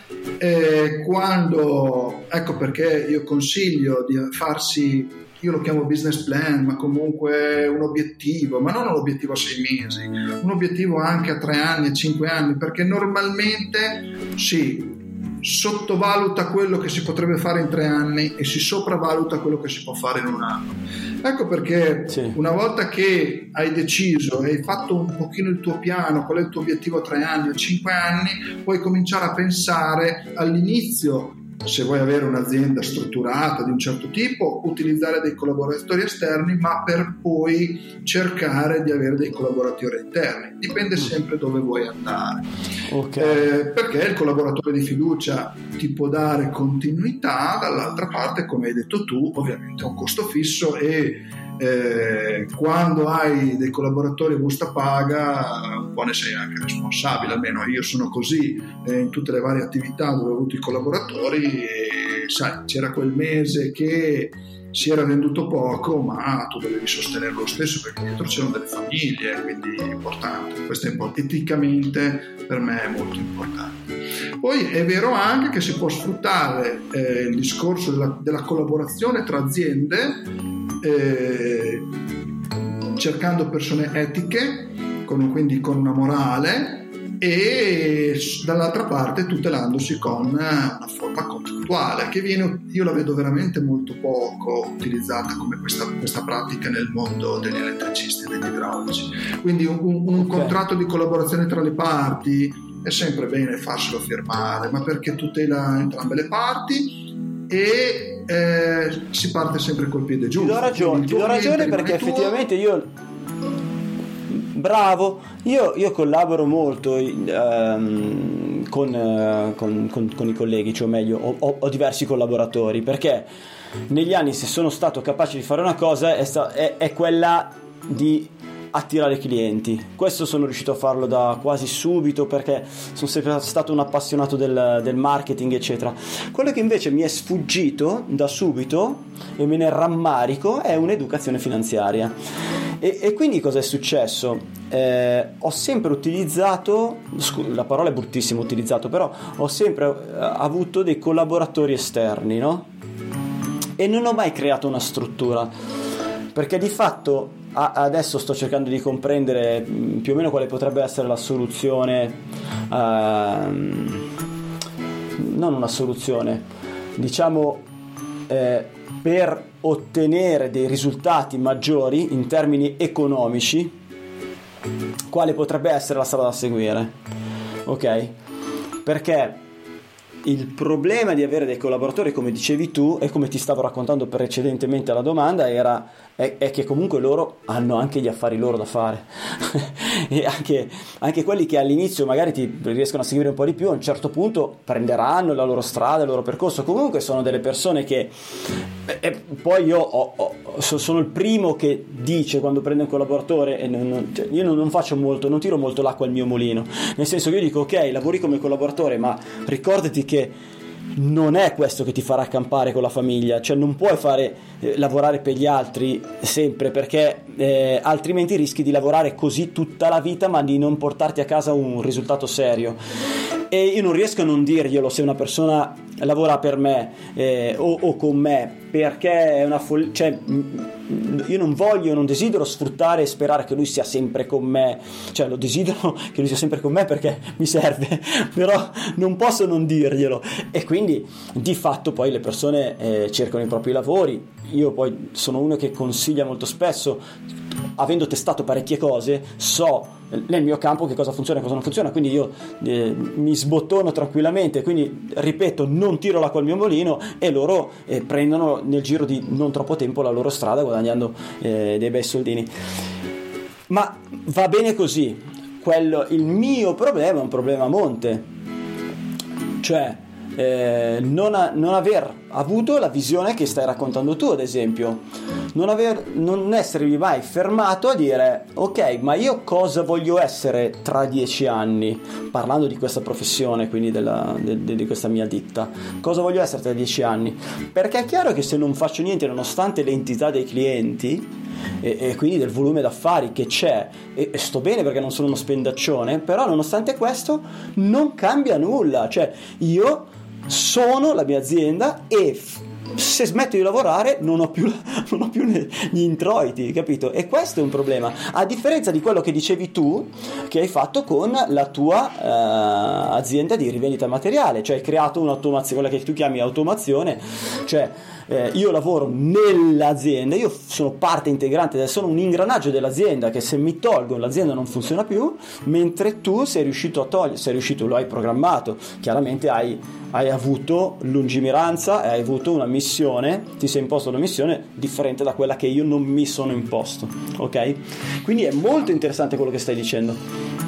ecco perché io consiglio di farsi, io lo chiamo business plan, ma comunque un obiettivo, ma non un obiettivo a 6 mesi, un obiettivo anche a 3 anni, a 5 anni, perché normalmente sottovaluta quello che si potrebbe fare in 3 anni e si sopravvaluta quello che si può fare in 1 anno. Ecco perché una volta che hai deciso e hai fatto un pochino il tuo piano, qual è il tuo obiettivo a 3 anni o 5 anni, puoi cominciare a pensare all'inizio se vuoi avere un'azienda strutturata di un certo tipo, utilizzare dei collaboratori esterni, ma per poi cercare di avere dei collaboratori interni. Dipende sempre dove vuoi andare. Perché il collaboratore di fiducia ti può dare continuità, dall'altra parte, come hai detto tu, ovviamente ha un costo fisso e quando hai dei collaboratori a busta paga un po' ne sei anche responsabile, almeno io sono così in tutte le varie attività dove ho avuto i collaboratori, e sai, c'era quel mese che si era venduto poco, ma tu dovevi sostenerlo lo stesso perché dietro c'erano delle famiglie, quindi è importante. Questo è eticamente per me è molto importante. Poi è vero anche che si può sfruttare il discorso della collaborazione tra aziende, cercando persone etiche, quindi con una morale, e dall'altra parte tutelandosi con una forma contrattuale che io la vedo veramente molto poco utilizzata come questa pratica nel mondo degli elettricisti e degli idraulici. Quindi un contratto di collaborazione tra le parti è sempre bene farselo firmare, ma perché tutela entrambe le parti e si parte sempre col piede giusto. Ti do ragione perché effettivamente io collaboro molto con i colleghi, cioè meglio ho diversi collaboratori, perché negli anni, se sono stato capace di fare una cosa, è quella di attirare clienti. Questo sono riuscito a farlo da quasi subito, perché sono sempre stato un appassionato del marketing, eccetera. Quello che invece mi è sfuggito da subito e me ne rammarico è un'educazione finanziaria. E quindi cosa è successo? Ho sempre utilizzato, la parola è bruttissima, utilizzato, però ho sempre avuto dei collaboratori esterni, no? E non ho mai creato una struttura, perché di fatto adesso sto cercando di comprendere più o meno quale potrebbe essere la soluzione, non una soluzione, diciamo, per ottenere dei risultati maggiori in termini economici, quale potrebbe essere la strada da seguire, ok? Perché il problema di avere dei collaboratori, come dicevi tu e come ti stavo raccontando precedentemente alla domanda, è che comunque loro hanno anche gli affari loro da fare e anche quelli che all'inizio magari ti riescono a seguire un po' di più, a un certo punto prenderanno la loro strada, il loro percorso. Comunque sono delle persone che poi io sono il primo che dice, quando prende un collaboratore, e io non faccio molto, non tiro molto l'acqua al mio mulino, nel senso che io dico ok, lavori come collaboratore, ma ricordati che non è questo che ti farà campare con la famiglia, cioè non puoi lavorare per gli altri sempre, perché altrimenti rischi di lavorare così tutta la vita ma di non portarti a casa un risultato serio. E io non riesco a non dirglielo se una persona lavora per me o con me, perché è una follia, cioè io non desidero sfruttare e sperare che lui sia sempre con me, cioè lo desidero che lui sia sempre con me perché mi serve, però non posso non dirglielo, e quindi di fatto poi le persone cercano i propri lavori. Io poi sono uno che consiglia molto spesso, avendo testato parecchie cose, so nel mio campo che cosa funziona e cosa non funziona, quindi io mi sbottono tranquillamente, quindi ripeto, non tiro l'acqua al mio mulino, e loro prendono nel giro di non troppo tempo la loro strada, guadagnando dei bei soldini. Ma va bene così. Il mio problema è un problema a monte, cioè non aver avuto la visione che stai raccontando tu, ad esempio, non essermi mai fermato a dire ok, ma io cosa voglio essere tra 10 anni, parlando di questa professione, quindi di questa mia ditta, cosa voglio essere tra 10 anni, perché è chiaro che se non faccio niente, nonostante l'entità dei clienti e quindi del volume d'affari che c'è, e sto bene perché non sono uno spendaccione, però nonostante questo non cambia nulla, cioè io sono la mia azienda e se smetto di lavorare non ho più gli introiti, capito? E questo è un problema, a differenza di quello che dicevi tu, che hai fatto con la tua azienda di rivendita materiale, cioè hai creato un'automazione, quella che tu chiami automazione, cioè io lavoro nell'azienda, io sono parte integrante, sono un ingranaggio dell'azienda, che se mi tolgo l'azienda non funziona più, mentre tu sei riuscito lo hai programmato, chiaramente hai avuto lungimiranza e hai avuto una missione, ti sei imposto una missione differente da quella che io non mi sono imposto, ok? Quindi è molto interessante quello che stai dicendo.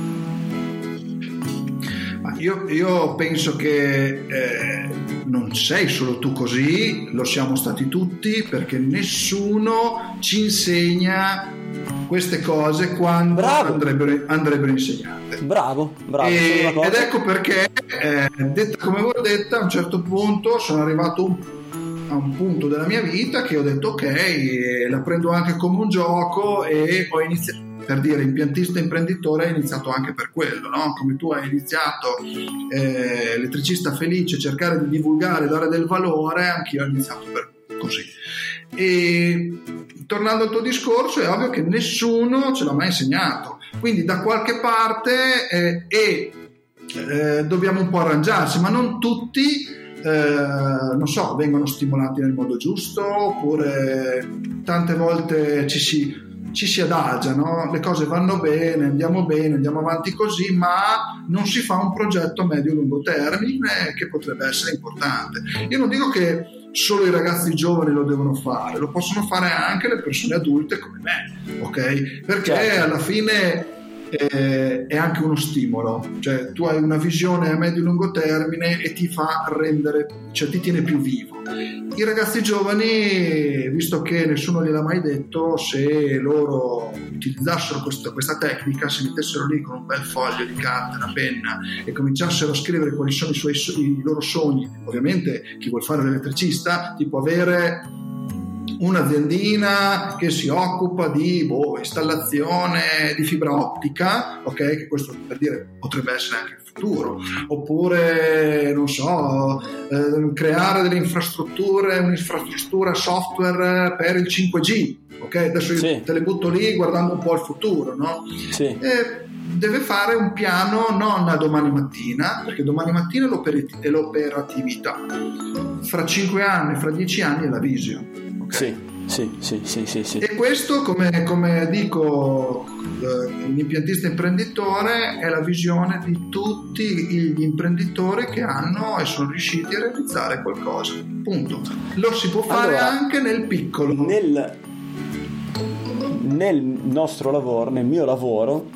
Io penso che non sei solo tu così, lo siamo stati tutti, perché nessuno ci insegna queste cose quando andrebbero insegnate. Bravo. Ed ecco perché, detta come avevo detto, a un certo punto sono arrivato a un punto della mia vita che ho detto ok, la prendo anche come un gioco, e ho iniziato, per dire, impiantista imprenditore, è iniziato anche per quello, no? Come tu hai iniziato elettricista felice, cercare di divulgare, dare del valore, anch'io ho iniziato per così. E tornando al tuo discorso, è ovvio che nessuno ce l'ha mai insegnato, quindi da qualche parte dobbiamo un po' arrangiarsi, ma non tutti non so, vengono stimolati nel modo giusto, oppure tante volte ci si adagia, no? Le cose vanno bene, andiamo avanti così, ma non si fa un progetto medio-lungo termine che potrebbe essere importante. Io non dico che solo i ragazzi giovani lo devono fare, lo possono fare anche le persone adulte come me, ok? Perché alla fine è anche uno stimolo, cioè tu hai una visione a medio-lungo termine e ti fa rendere, cioè ti tiene più vivo. I ragazzi giovani, visto che nessuno gliel'ha mai detto, se loro utilizzassero questa tecnica, si mettessero lì con un bel foglio di carta, una penna e cominciassero a scrivere quali sono i loro sogni, ovviamente chi vuol fare l'elettricista ti può avere un'aziendina che si occupa di installazione di fibra ottica, ok, che questo per dire potrebbe essere anche il futuro, oppure non so, creare delle infrastrutture, un'infrastruttura software per il 5G, ok, adesso io te le butto lì guardando un po' il futuro, no? Sì. Deve fare un piano non a domani mattina, perché domani mattina è l'operatività, fra 5 anni, fra 10 anni è la vision. Okay. Sì. E questo, come dico, l'impiantista imprenditore è la visione di tutti gli imprenditori che hanno e sono riusciti a realizzare qualcosa. Punto. Lo si può fare anche nel piccolo. Nel nostro lavoro, nel mio lavoro,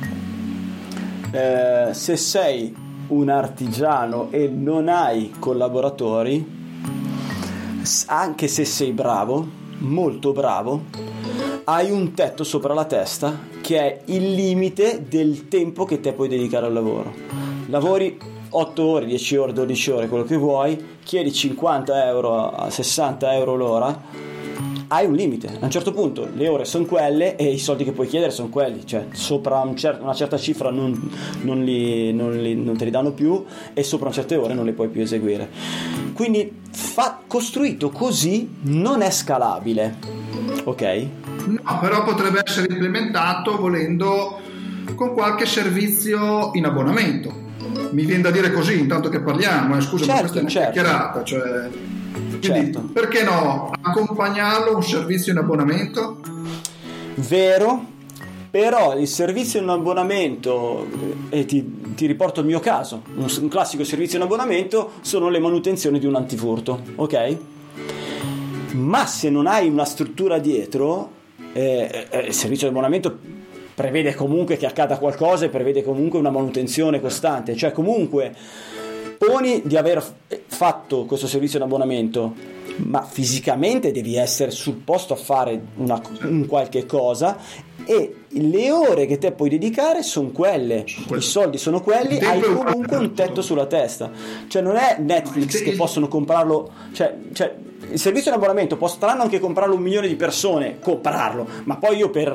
se sei un artigiano e non hai collaboratori, anche se sei bravo, molto bravo, hai un tetto sopra la testa che è il limite del tempo che te puoi dedicare al lavoro. Lavori 8 ore, 10 ore, 12 ore, quello che vuoi, chiedi 50 euro a 60 euro l'ora, hai un limite. A un certo punto le ore sono quelle e i soldi che puoi chiedere sono quelli, cioè sopra una certa cifra non te li danno più, e sopra una certe ore non le puoi più eseguire. Quindi costruito così non è scalabile, ok? No, però potrebbe essere implementato, volendo, con qualche servizio in abbonamento. Mi viene da dire così, intanto che parliamo, scusa, ma questa è una chiacchierata, cioè... Quindi, perché no, accompagnarlo un servizio in abbonamento? Vero, però il servizio in abbonamento, e ti riporto il mio caso, un classico servizio in abbonamento sono le manutenzioni di un antifurto, ok? Ma se non hai una struttura dietro, il servizio di abbonamento prevede comunque che accada qualcosa e prevede comunque una manutenzione costante, cioè comunque poni di aver fatto questo servizio in abbonamento, ma fisicamente devi essere sul posto a fare un qualche cosa, e le ore che te puoi dedicare sono quelle, i soldi sono quelli, hai comunque un tetto sulla testa, cioè non è Netflix che possono comprarlo, cioè il servizio in abbonamento potranno anche comprarlo 1 milione di persone, ma poi io per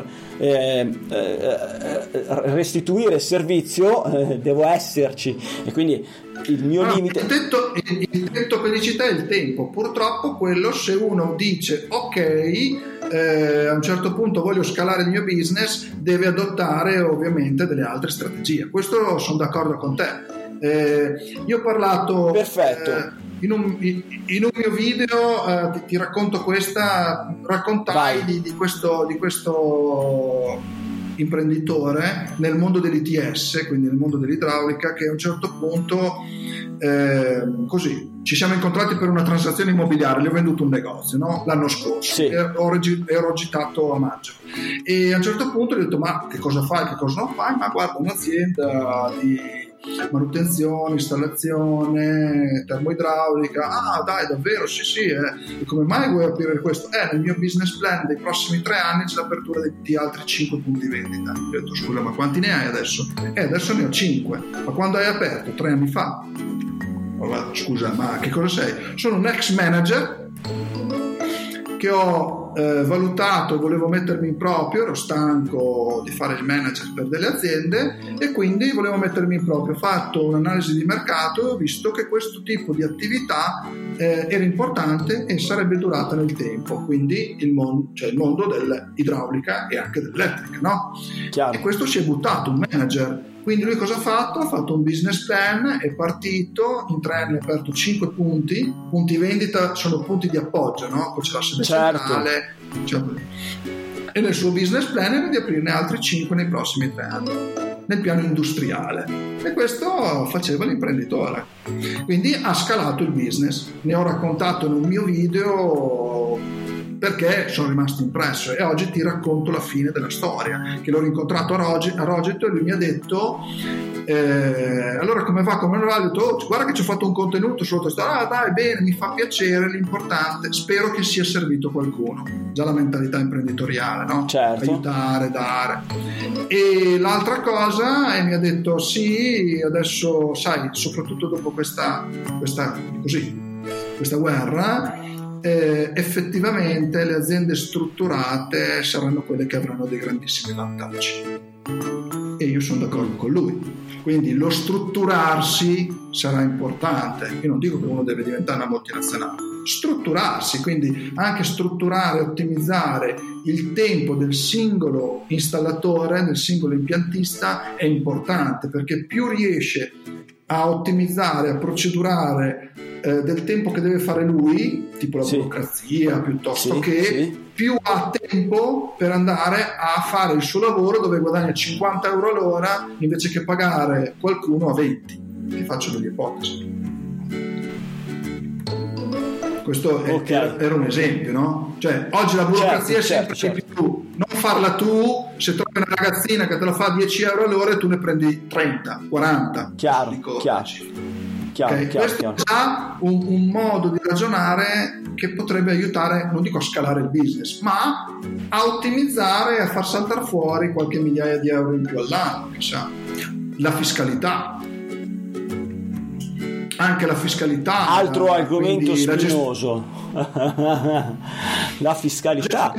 restituire il servizio devo esserci, e quindi il mio limite. Il tetto per gli felicità è il tempo. Purtroppo quello, se uno dice ok, a un certo punto voglio scalare il mio business, deve adottare ovviamente delle altre strategie. Questo sono d'accordo con te. Io ho parlato in un mio video, ti racconto raccontai di questo imprenditore nel mondo dell'ITS, quindi nel mondo dell'idraulica, che a un certo punto così ci siamo incontrati per una transazione immobiliare, gli ho venduto un negozio, no? L'anno scorso, sì. ero agitato a maggio, e a un certo punto gli ho detto: ma che cosa fai, che cosa non fai? Ma guarda, un'azienda di manutenzione, installazione, termoidraulica. Ah, dai, davvero? Sì. E come mai vuoi aprire questo? Nel mio business plan dei prossimi 3 anni c'è l'apertura di altri 5 punti vendita. Ho detto: scusa, ma quanti ne hai adesso? Adesso ne ho 5. Ma quando hai aperto? 3 anni fa. Allora, scusa, ma che cosa sei? Sono un ex manager che ho valutato, volevo mettermi in proprio, ero stanco di fare il manager per delle aziende e quindi volevo mettermi in proprio. Ho fatto un'analisi di mercato e ho visto che questo tipo di attività era importante e sarebbe durata nel tempo, quindi il mondo dell'idraulica e anche dell'elettrica, no? Chiaro. E questo si è buttato, un manager. Quindi lui cosa ha fatto? Ha fatto un business plan, è partito, in 3 anni ha aperto 5 punti vendita, sono punti di appoggio, no? Poi c'è la sede centrale, e nel suo business plan era di aprirne altri 5 nei prossimi 3 anni, nel piano industriale, e questo faceva l'imprenditore, quindi ha scalato il business. Ne ho raccontato in un mio video perché sono rimasto impresso, e oggi ti racconto la fine della storia, che l'ho rincontrato a Rogeto e lui mi ha detto allora come va, come non va? Ho detto: guarda che ci ho fatto un contenuto sulla tua storia. Dai, bene, mi fa piacere, l'importante, spero che sia servito qualcuno. Già la mentalità imprenditoriale, no? Certo. Aiutare, dare. E l'altra cosa, mi ha detto: sì, adesso sai, soprattutto dopo questa guerra, effettivamente le aziende strutturate saranno quelle che avranno dei grandissimi vantaggi, e io sono d'accordo con lui. Quindi lo strutturarsi sarà importante. Io non dico che uno deve diventare una multinazionale, strutturarsi, quindi anche strutturare, ottimizzare il tempo del singolo installatore, del singolo impiantista è importante, perché più riesce a ottimizzare, a procedurare del tempo che deve fare lui, tipo la burocrazia, piuttosto più ha tempo per andare a fare il suo lavoro, dove guadagna 50 euro all'ora invece che pagare qualcuno a 20. Ti faccio delle ipotesi. Questo era un esempio, no? Cioè, oggi la burocrazia è sempre di più. Non farla tu, se trovi una ragazzina che te la fa a 10 euro all'ora e tu ne prendi 30, 40. Chiaro. Questo è già un modo di ragionare che potrebbe aiutare, non dico a scalare il business, ma a ottimizzare e a far saltare fuori qualche migliaia di euro in più all'anno. La fiscalità, anche la fiscalità, altro argomento spinoso. La fiscalità,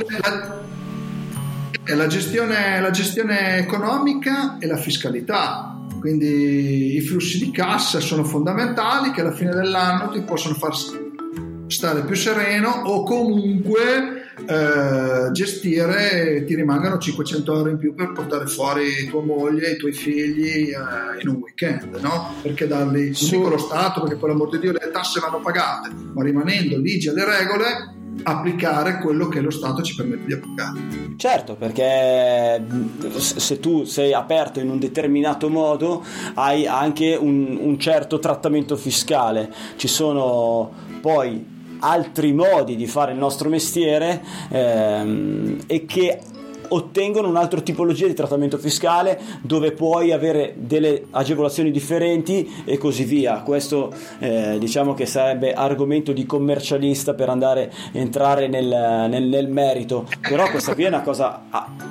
la gestione economica e la fiscalità. Quindi i flussi di cassa sono fondamentali, che alla fine dell'anno ti possono far stare più sereno, o comunque gestire, ti rimangano 500 euro in più per portare fuori tua moglie e i tuoi figli in un weekend, no? Perché darli, non dico lo Stato, perché per l'amor di Dio le tasse vanno pagate, ma rimanendo ligi alle regole, applicare quello che lo Stato ci permette di applicare. Certo, perché se tu sei aperto in un determinato modo hai anche un certo trattamento fiscale. Ci sono poi altri modi di fare il nostro mestiere e che ottengono un'altra tipologia di trattamento fiscale, dove puoi avere delle agevolazioni differenti e così via. Questo diciamo che sarebbe argomento di commercialista per entrare nel merito, però questa qui è una cosa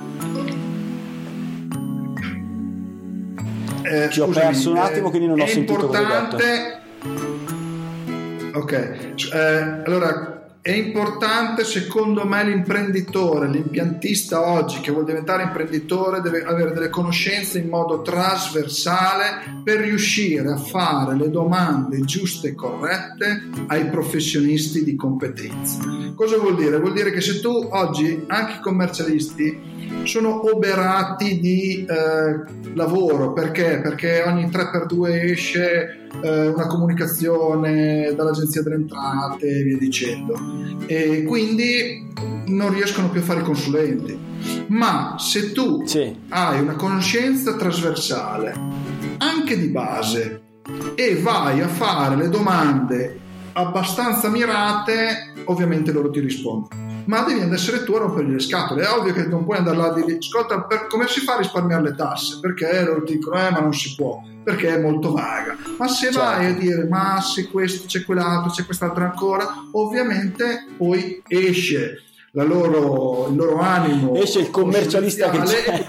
ci ho perso un attimo, quindi non ho sentito cosa hai detto. Ok, allora è importante, secondo me, l'imprenditore, l'impiantista oggi che vuole diventare imprenditore deve avere delle conoscenze in modo trasversale per riuscire a fare le domande giuste e corrette ai professionisti di competenza. Cosa vuol dire? Vuol dire che se tu oggi, anche i commercialisti, sono oberati di lavoro, perché ogni 3x2 esce una comunicazione dall'Agenzia delle Entrate e via dicendo, e quindi non riescono più a fare i consulenti. Ma se tu hai una conoscenza trasversale anche di base e vai a fare le domande abbastanza mirate, ovviamente loro ti rispondono, ma devi essere tu a rompergli le scatole. È ovvio che non puoi andare là e dire: ascolta, come si fa a risparmiare le tasse? Perché loro ti dicono ma non si può, perché è molto vaga. Ma se vai a dire ma se questo c'è quell'altro, c'è quest'altro ancora, ovviamente poi esce il loro animo, esce il commercialista che c'è.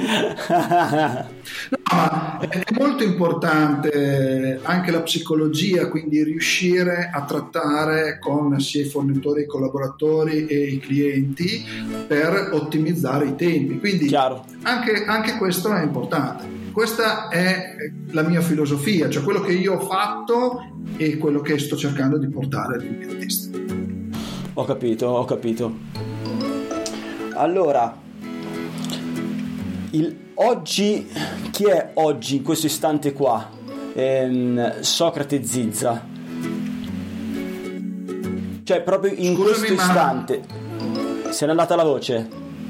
No, ma è molto importante anche la psicologia, quindi riuscire a trattare con sia i fornitori, i collaboratori e i clienti per ottimizzare i tempi, quindi anche questo è importante. Questa è la mia filosofia, cioè quello che io ho fatto e quello che sto cercando di portare all'impiantista. Ho capito. Allora, oggi, chi è oggi, in questo istante qua? Socrate Zizza. Cioè, proprio in questo istante. Se n'è andata la voce?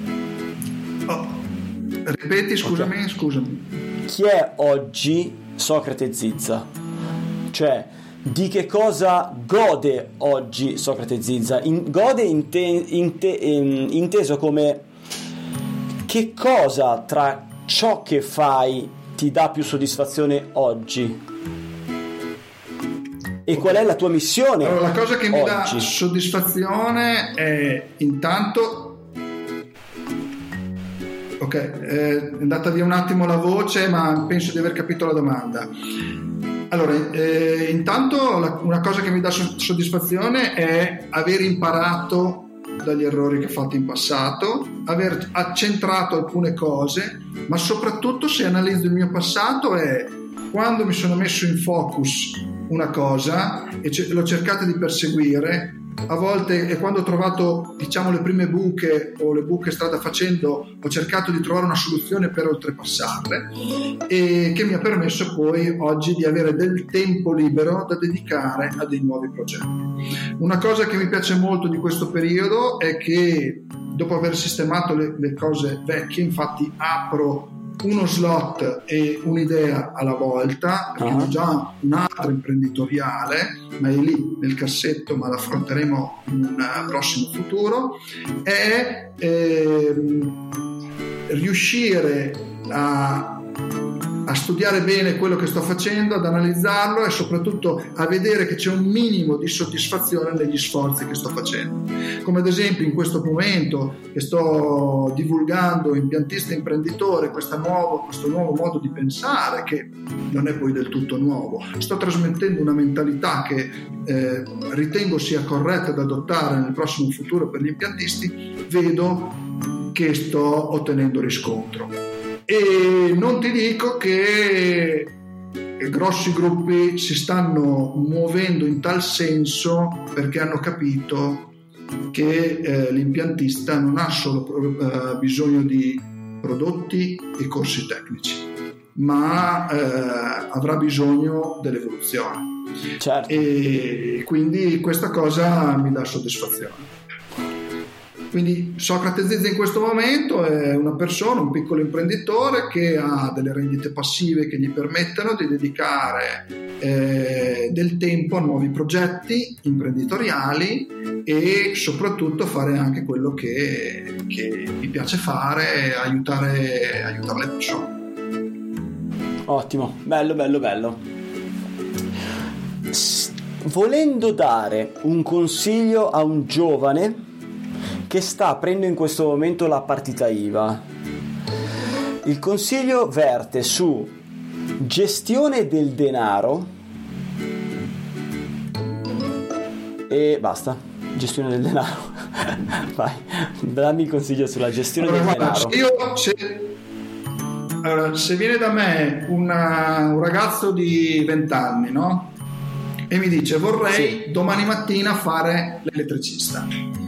Ripeti, scusami. Chi è oggi Socrate Zizza? Cioè, di che cosa gode oggi Socrate Zizza? Gode inteso come che cosa tra ciò che fai ti dà più soddisfazione oggi? E qual è la tua missione? Allora, la cosa che mi oggi dà soddisfazione è intanto... Ok, è andata via un attimo la voce, ma penso di aver capito la domanda. Allora, intanto una cosa che mi dà soddisfazione è aver imparato dagli errori che ho fatto in passato, aver accentrato alcune cose, ma soprattutto, se analizzo il mio passato, è quando mi sono messo in focus una cosa e l'ho cercata di perseguire. A volte, e quando ho trovato, diciamo, le prime buche o le buche strada facendo, ho cercato di trovare una soluzione per oltrepassarle, e che mi ha permesso poi oggi di avere del tempo libero da dedicare a dei nuovi progetti. Una cosa che mi piace molto di questo periodo è che, dopo aver sistemato le cose vecchie, infatti apro uno slot e un'idea alla volta, perché ho già un'altra imprenditoriale, ma è lì nel cassetto, ma l'affronteremo in un prossimo futuro, è riuscire a studiare bene quello che sto facendo, ad analizzarlo e soprattutto a vedere che c'è un minimo di soddisfazione negli sforzi che sto facendo. Come ad esempio in questo momento che sto divulgando Impiantista Imprenditore, questo nuovo modo di pensare, che non è poi del tutto nuovo. Sto trasmettendo una mentalità che ritengo sia corretta da adottare nel prossimo futuro per gli impiantisti. Vedo che sto ottenendo riscontro. E non ti dico che grossi gruppi si stanno muovendo in tal senso, perché hanno capito che l'impiantista non ha solo bisogno di prodotti e corsi tecnici, ma avrà bisogno dell'evoluzione. Certo. E quindi questa cosa mi dà soddisfazione. Quindi Socrate Zizza in questo momento è una persona, un piccolo imprenditore che ha delle rendite passive che gli permettono di dedicare del tempo a nuovi progetti imprenditoriali e soprattutto fare anche quello che mi piace fare, aiutare le persone. Ottimo, bello. Volendo dare un consiglio a un giovane che sta aprendo in questo momento la partita IVA, il consiglio verte su gestione del denaro e basta. gestione del denaro. Vai, dammi il consiglio sulla gestione del denaro. Se viene da me un ragazzo di 20 anni, no? E mi dice vorrei domani mattina fare l'elettricista,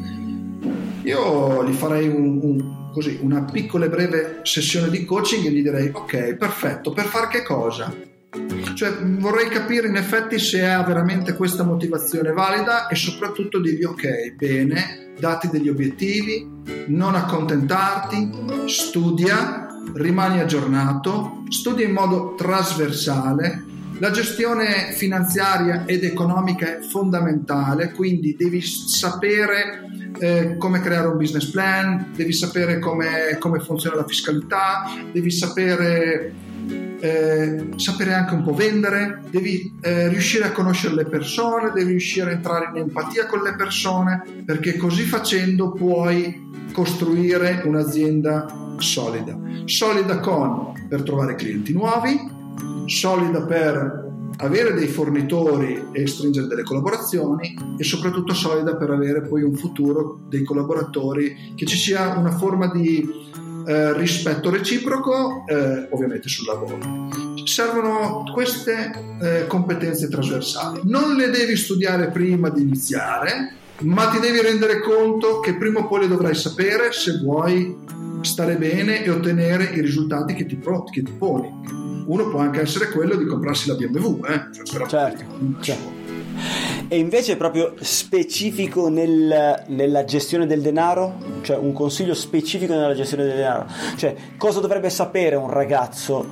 io gli farei una piccola e breve sessione di coaching e gli direi ok, perfetto, per fare che cosa? Cioè vorrei capire in effetti se ha veramente questa motivazione valida, e soprattutto dirgli ok, bene, dati degli obiettivi, non accontentarti, studia, rimani aggiornato, studia in modo trasversale. La gestione finanziaria ed economica è fondamentale, quindi devi sapere come creare un business plan, devi sapere come funziona la fiscalità, devi sapere anche un po' vendere, devi riuscire a conoscere le persone, devi riuscire a entrare in empatia con le persone, perché così facendo puoi costruire un'azienda solida per trovare clienti nuovi, solida per avere dei fornitori e stringere delle collaborazioni, e soprattutto solida per avere poi un futuro dei collaboratori, che ci sia una forma di rispetto reciproco, ovviamente sul lavoro. Servono queste competenze trasversali. Non le devi studiare prima di iniziare, ma ti devi rendere conto che prima o poi le dovrai sapere se vuoi stare bene e ottenere i risultati che ti poni. Uno può anche essere quello di comprarsi la BMW, certo. E invece proprio specifico nella gestione del denaro, cioè un consiglio specifico nella gestione del denaro, cioè cosa dovrebbe sapere un ragazzo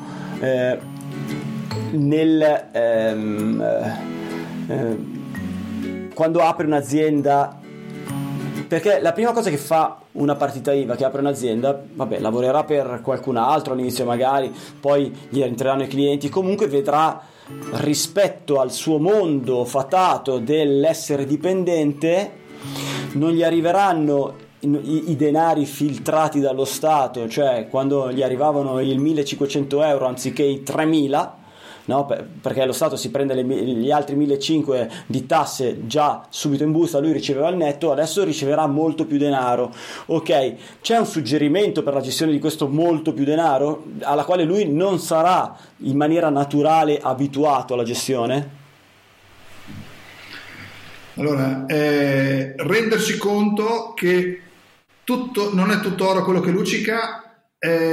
quando apre un'azienda? Perché la prima cosa che fa una partita IVA che apre un'azienda, vabbè, lavorerà per qualcun altro all'inizio magari, poi gli entreranno i clienti, comunque vedrà, rispetto al suo mondo fatato dell'essere dipendente, non gli arriveranno i denari filtrati dallo Stato, cioè quando gli arrivavano i 1.500 euro anziché i 3.000, no? Perché lo Stato si prende gli altri 1.500 di tasse già subito in busta, lui riceveva il netto, adesso riceverà molto più denaro. Ok, c'è un suggerimento per la gestione di questo molto più denaro, alla quale lui non sarà in maniera naturale abituato alla gestione? Allora, rendersi conto che non è tutto oro quello che luccica,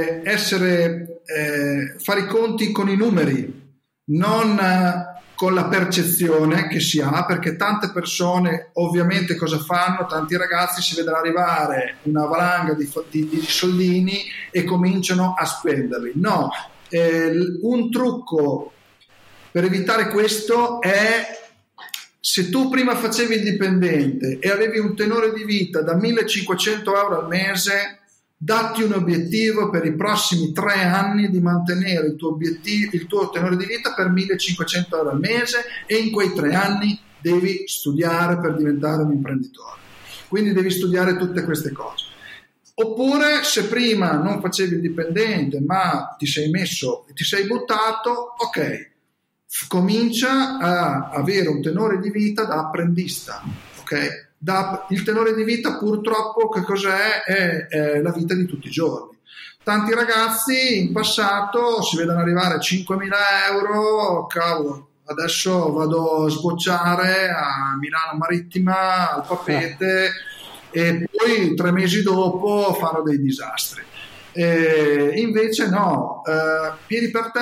fare i conti con i numeri, non con la percezione che si ha, perché tante persone ovviamente cosa fanno? Tanti ragazzi si vedono arrivare una valanga di soldini e cominciano a spenderli. No, un trucco per evitare questo è: se tu prima facevi il dipendente e avevi un tenore di vita da 1.500 euro al mese, datti un obiettivo per i prossimi 3 anni di mantenere il tuo tenore di vita per 1.500 euro al mese, e in quei 3 anni devi studiare per diventare un imprenditore. Quindi devi studiare tutte queste cose. Oppure, se prima non facevi il dipendente ma ti sei buttato, ok, comincia a avere un tenore di vita da apprendista, ok? Il tenore di vita, purtroppo, che cos'è? È la vita di tutti i giorni. Tanti ragazzi in passato si vedono arrivare a 5.000 euro, cavolo, adesso vado a sbocciare a Milano Marittima, al Papete, e poi 3 mesi dopo fanno dei disastri. Invece no, piedi per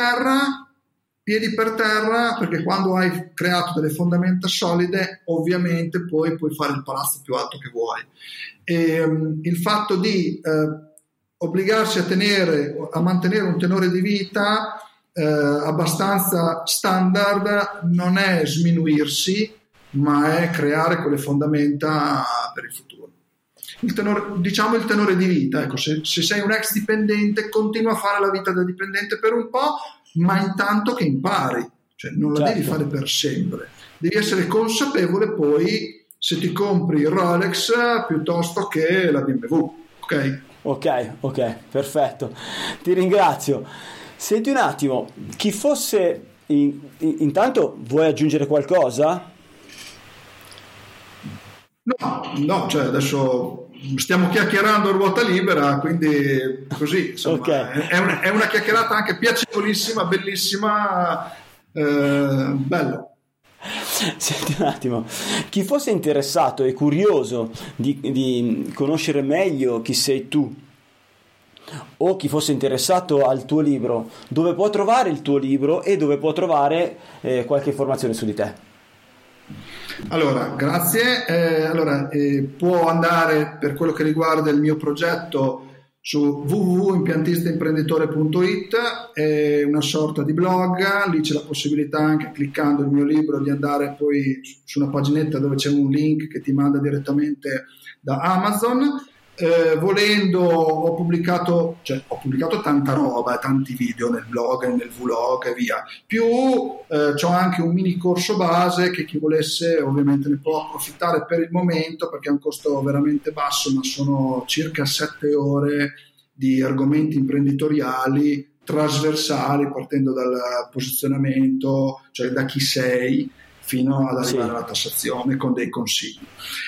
terra, perché quando hai creato delle fondamenta solide, ovviamente poi puoi fare il palazzo più alto che vuoi. Il fatto di obbligarsi a mantenere un tenore di vita abbastanza standard non è sminuirsi, ma è creare quelle fondamenta per il futuro. Il tenore di vita, ecco, se sei un ex dipendente, continua a fare la vita da dipendente per un po', ma intanto che impari, cioè non la devi fare per sempre, devi essere consapevole poi se ti compri il Rolex piuttosto che la BMW, ok, perfetto, ti ringrazio. Senti un attimo, chi fosse intanto vuoi aggiungere qualcosa? No, no, cioè adesso stiamo chiacchierando a ruota libera, quindi così, insomma, Okay. è una chiacchierata anche piacevolissima, bellissima, bello. Senti un attimo, chi fosse interessato e curioso di conoscere meglio chi sei tu, o chi fosse interessato al tuo libro, dove può trovare il tuo libro e dove può trovare qualche informazione su di te? Allora, grazie. Può andare, per quello che riguarda il mio progetto, su www.impiantistaimprenditore.it, è una sorta di blog. Lì c'è la possibilità, anche cliccando il mio libro, di andare poi su una paginetta dove c'è un link che ti manda direttamente da Amazon. Volendo, ho pubblicato tanta roba, tanti video nel blog, nel vlog e via. Più c'ho anche un mini corso base che chi volesse ovviamente ne può approfittare per il momento, perché è un costo veramente basso, ma sono circa 7 ore di argomenti imprenditoriali trasversali, partendo dal posizionamento, cioè da chi sei, fino ad arrivare alla tassazione, con dei consigli.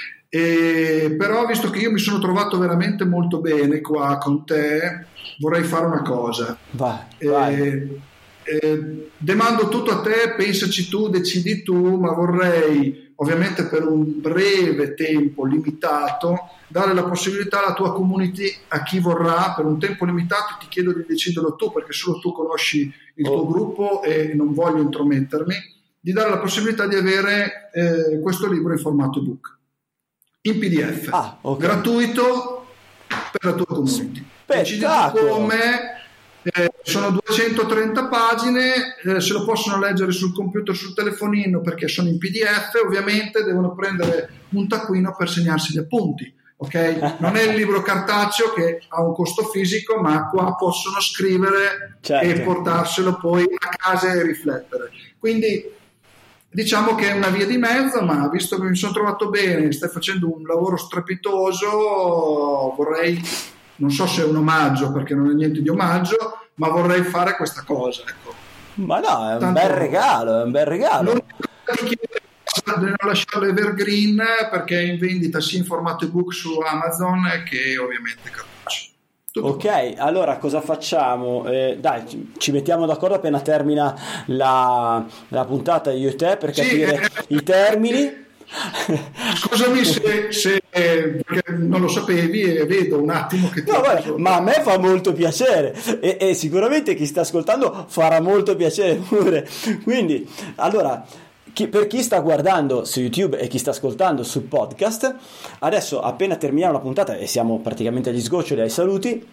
Però, visto che io mi sono trovato veramente molto bene qua con te, vorrei fare una cosa. Vai. Demando tutto a te, pensaci tu, decidi tu, ma vorrei, ovviamente per un breve tempo limitato, dare la possibilità alla tua community, a chi vorrà, per un tempo limitato. Ti chiedo di deciderlo tu, perché solo tu conosci il tuo gruppo e non voglio intromettermi, di dare la possibilità di avere questo libro in formato ebook, in PDF, gratuito per la tua community. Decidi come, sono 230 pagine, se lo possono leggere sul computer, sul telefonino, perché sono in PDF. Ovviamente devono prendere un taccuino per segnarsi gli appunti, ok? Non è il libro cartaceo che ha un costo fisico, ma qua possono scrivere, certo, e portarselo poi a casa e riflettere. Quindi diciamo che è una via di mezzo, ma visto che mi sono trovato bene, stai facendo un lavoro strepitoso, vorrei, non so se è un omaggio, perché non è niente di omaggio, ma vorrei fare questa cosa, ecco. Ma no, è un bel regalo, Non ti chiedo di non lasciarlo evergreen, perché è in vendita sia in formato ebook su Amazon che ovviamente cartaceo. Ok, allora cosa facciamo? Dai, ci mettiamo d'accordo appena termina la puntata io e te, per capire i termini. Scusami se perché non lo sapevi e vedo un attimo che ti ma a me fa molto piacere e sicuramente chi sta ascoltando farà molto piacere pure. Quindi, allora, per chi sta guardando su YouTube e chi sta ascoltando sul podcast, adesso appena terminiamo la puntata e siamo praticamente agli sgoccioli, ai saluti,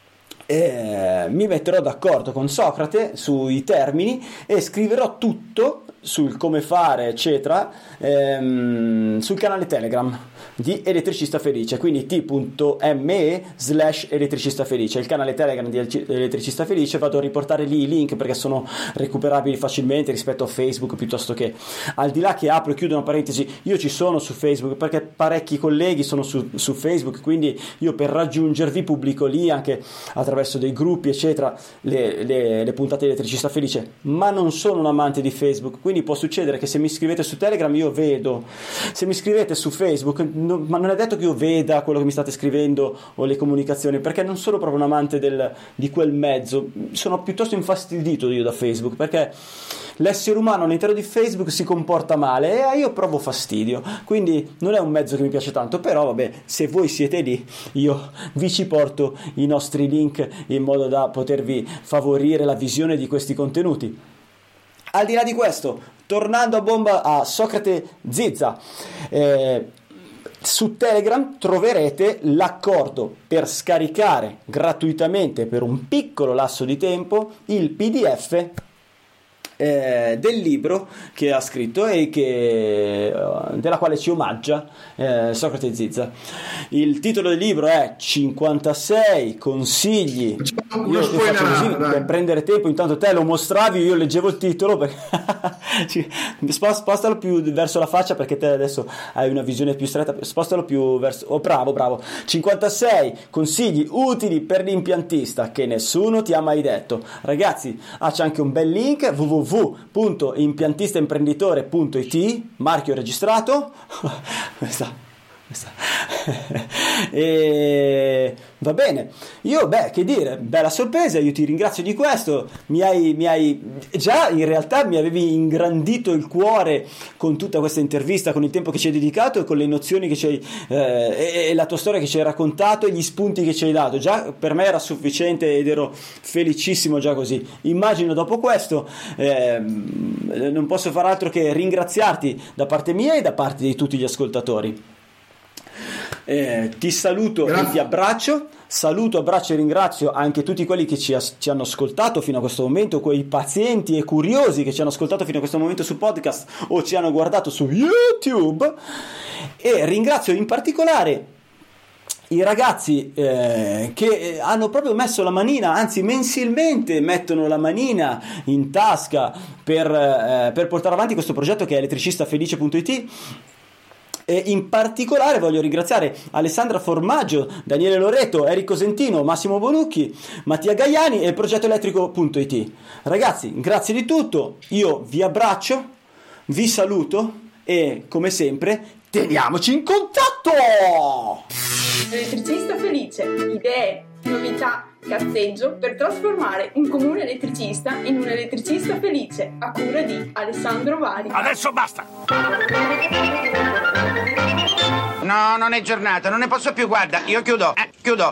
mi metterò d'accordo con Socrate sui termini e scriverò tutto sul come fare eccetera sul canale Telegram di Elettricista Felice, quindi t.me/elettricista felice, il canale Telegram di Elettricista Felice. Vado a riportare lì i link perché sono recuperabili facilmente rispetto a Facebook, piuttosto che, al di là che apro e chiudo una parentesi, io ci sono su Facebook perché parecchi colleghi sono su Facebook, quindi io per raggiungervi pubblico lì anche attraverso dei gruppi eccetera le puntate di Elettricista Felice, ma non sono un amante di Facebook, quindi può succedere che se mi scrivete su Telegram io vedo, se mi scrivete su Facebook ma non è detto che io veda quello che mi state scrivendo o le comunicazioni, perché non sono proprio un amante di quel mezzo, sono piuttosto infastidito io da Facebook, perché l'essere umano all'interno di Facebook si comporta male e io provo fastidio, quindi non è un mezzo che mi piace tanto. Però vabbè, se voi siete lì io vi ci porto i nostri link in modo da potervi favorire la visione di questi contenuti. Al di là di questo, tornando a bomba a Socrate Zizza, su Telegram troverete l'accordo per scaricare gratuitamente per un piccolo lasso di tempo il PDF del libro che ha scritto e della quale ci omaggia Socrate Zizza. Il titolo del libro è 56 consigli. Io faccio così per prendere tempo, intanto te lo mostravi, io leggevo il titolo perché spostalo più verso la faccia perché te adesso hai una visione più stretta, spostalo più verso, bravo. 56 consigli utili per l'impiantista che nessuno ti ha mai detto. Ragazzi, c'è anche un bel link, www.impiantistaimprenditore.it, marchio registrato. E va bene, io che dire, bella sorpresa, io ti ringrazio di questo, mi hai già, in realtà mi avevi ingrandito il cuore con tutta questa intervista, con il tempo che ci hai dedicato e con le nozioni che ci hai e la tua storia che ci hai raccontato e gli spunti che ci hai dato. Già per me era sufficiente ed ero felicissimo già così. Immagino dopo questo non posso far altro che ringraziarti da parte mia e da parte di tutti gli ascoltatori. Ti saluto. Grazie. E ti abbraccio, abbraccio e ringrazio anche tutti quelli che ci hanno ascoltato fino a questo momento, quei pazienti e curiosi che ci hanno ascoltato fino a questo momento su podcast o ci hanno guardato su YouTube, e ringrazio in particolare i ragazzi che hanno proprio messo la manina, anzi mensilmente mettono la manina in tasca per portare avanti questo progetto che è elettricistafelice.it. E in particolare voglio ringraziare Alessandra Formaggio, Daniele Loreto, Enrico Sentino, Massimo Bonucchi, Mattia Gaiani e il progetto elettrico.it. Ragazzi, grazie di tutto, io vi abbraccio, vi saluto e come sempre teniamoci in contatto! Elettricista felice, idee, novità, cazzeggio per trasformare un comune elettricista in un elettricista felice, a cura di Alessandro Vari. Adesso basta! No, non è giornata, non ne posso più, guarda, io chiudo.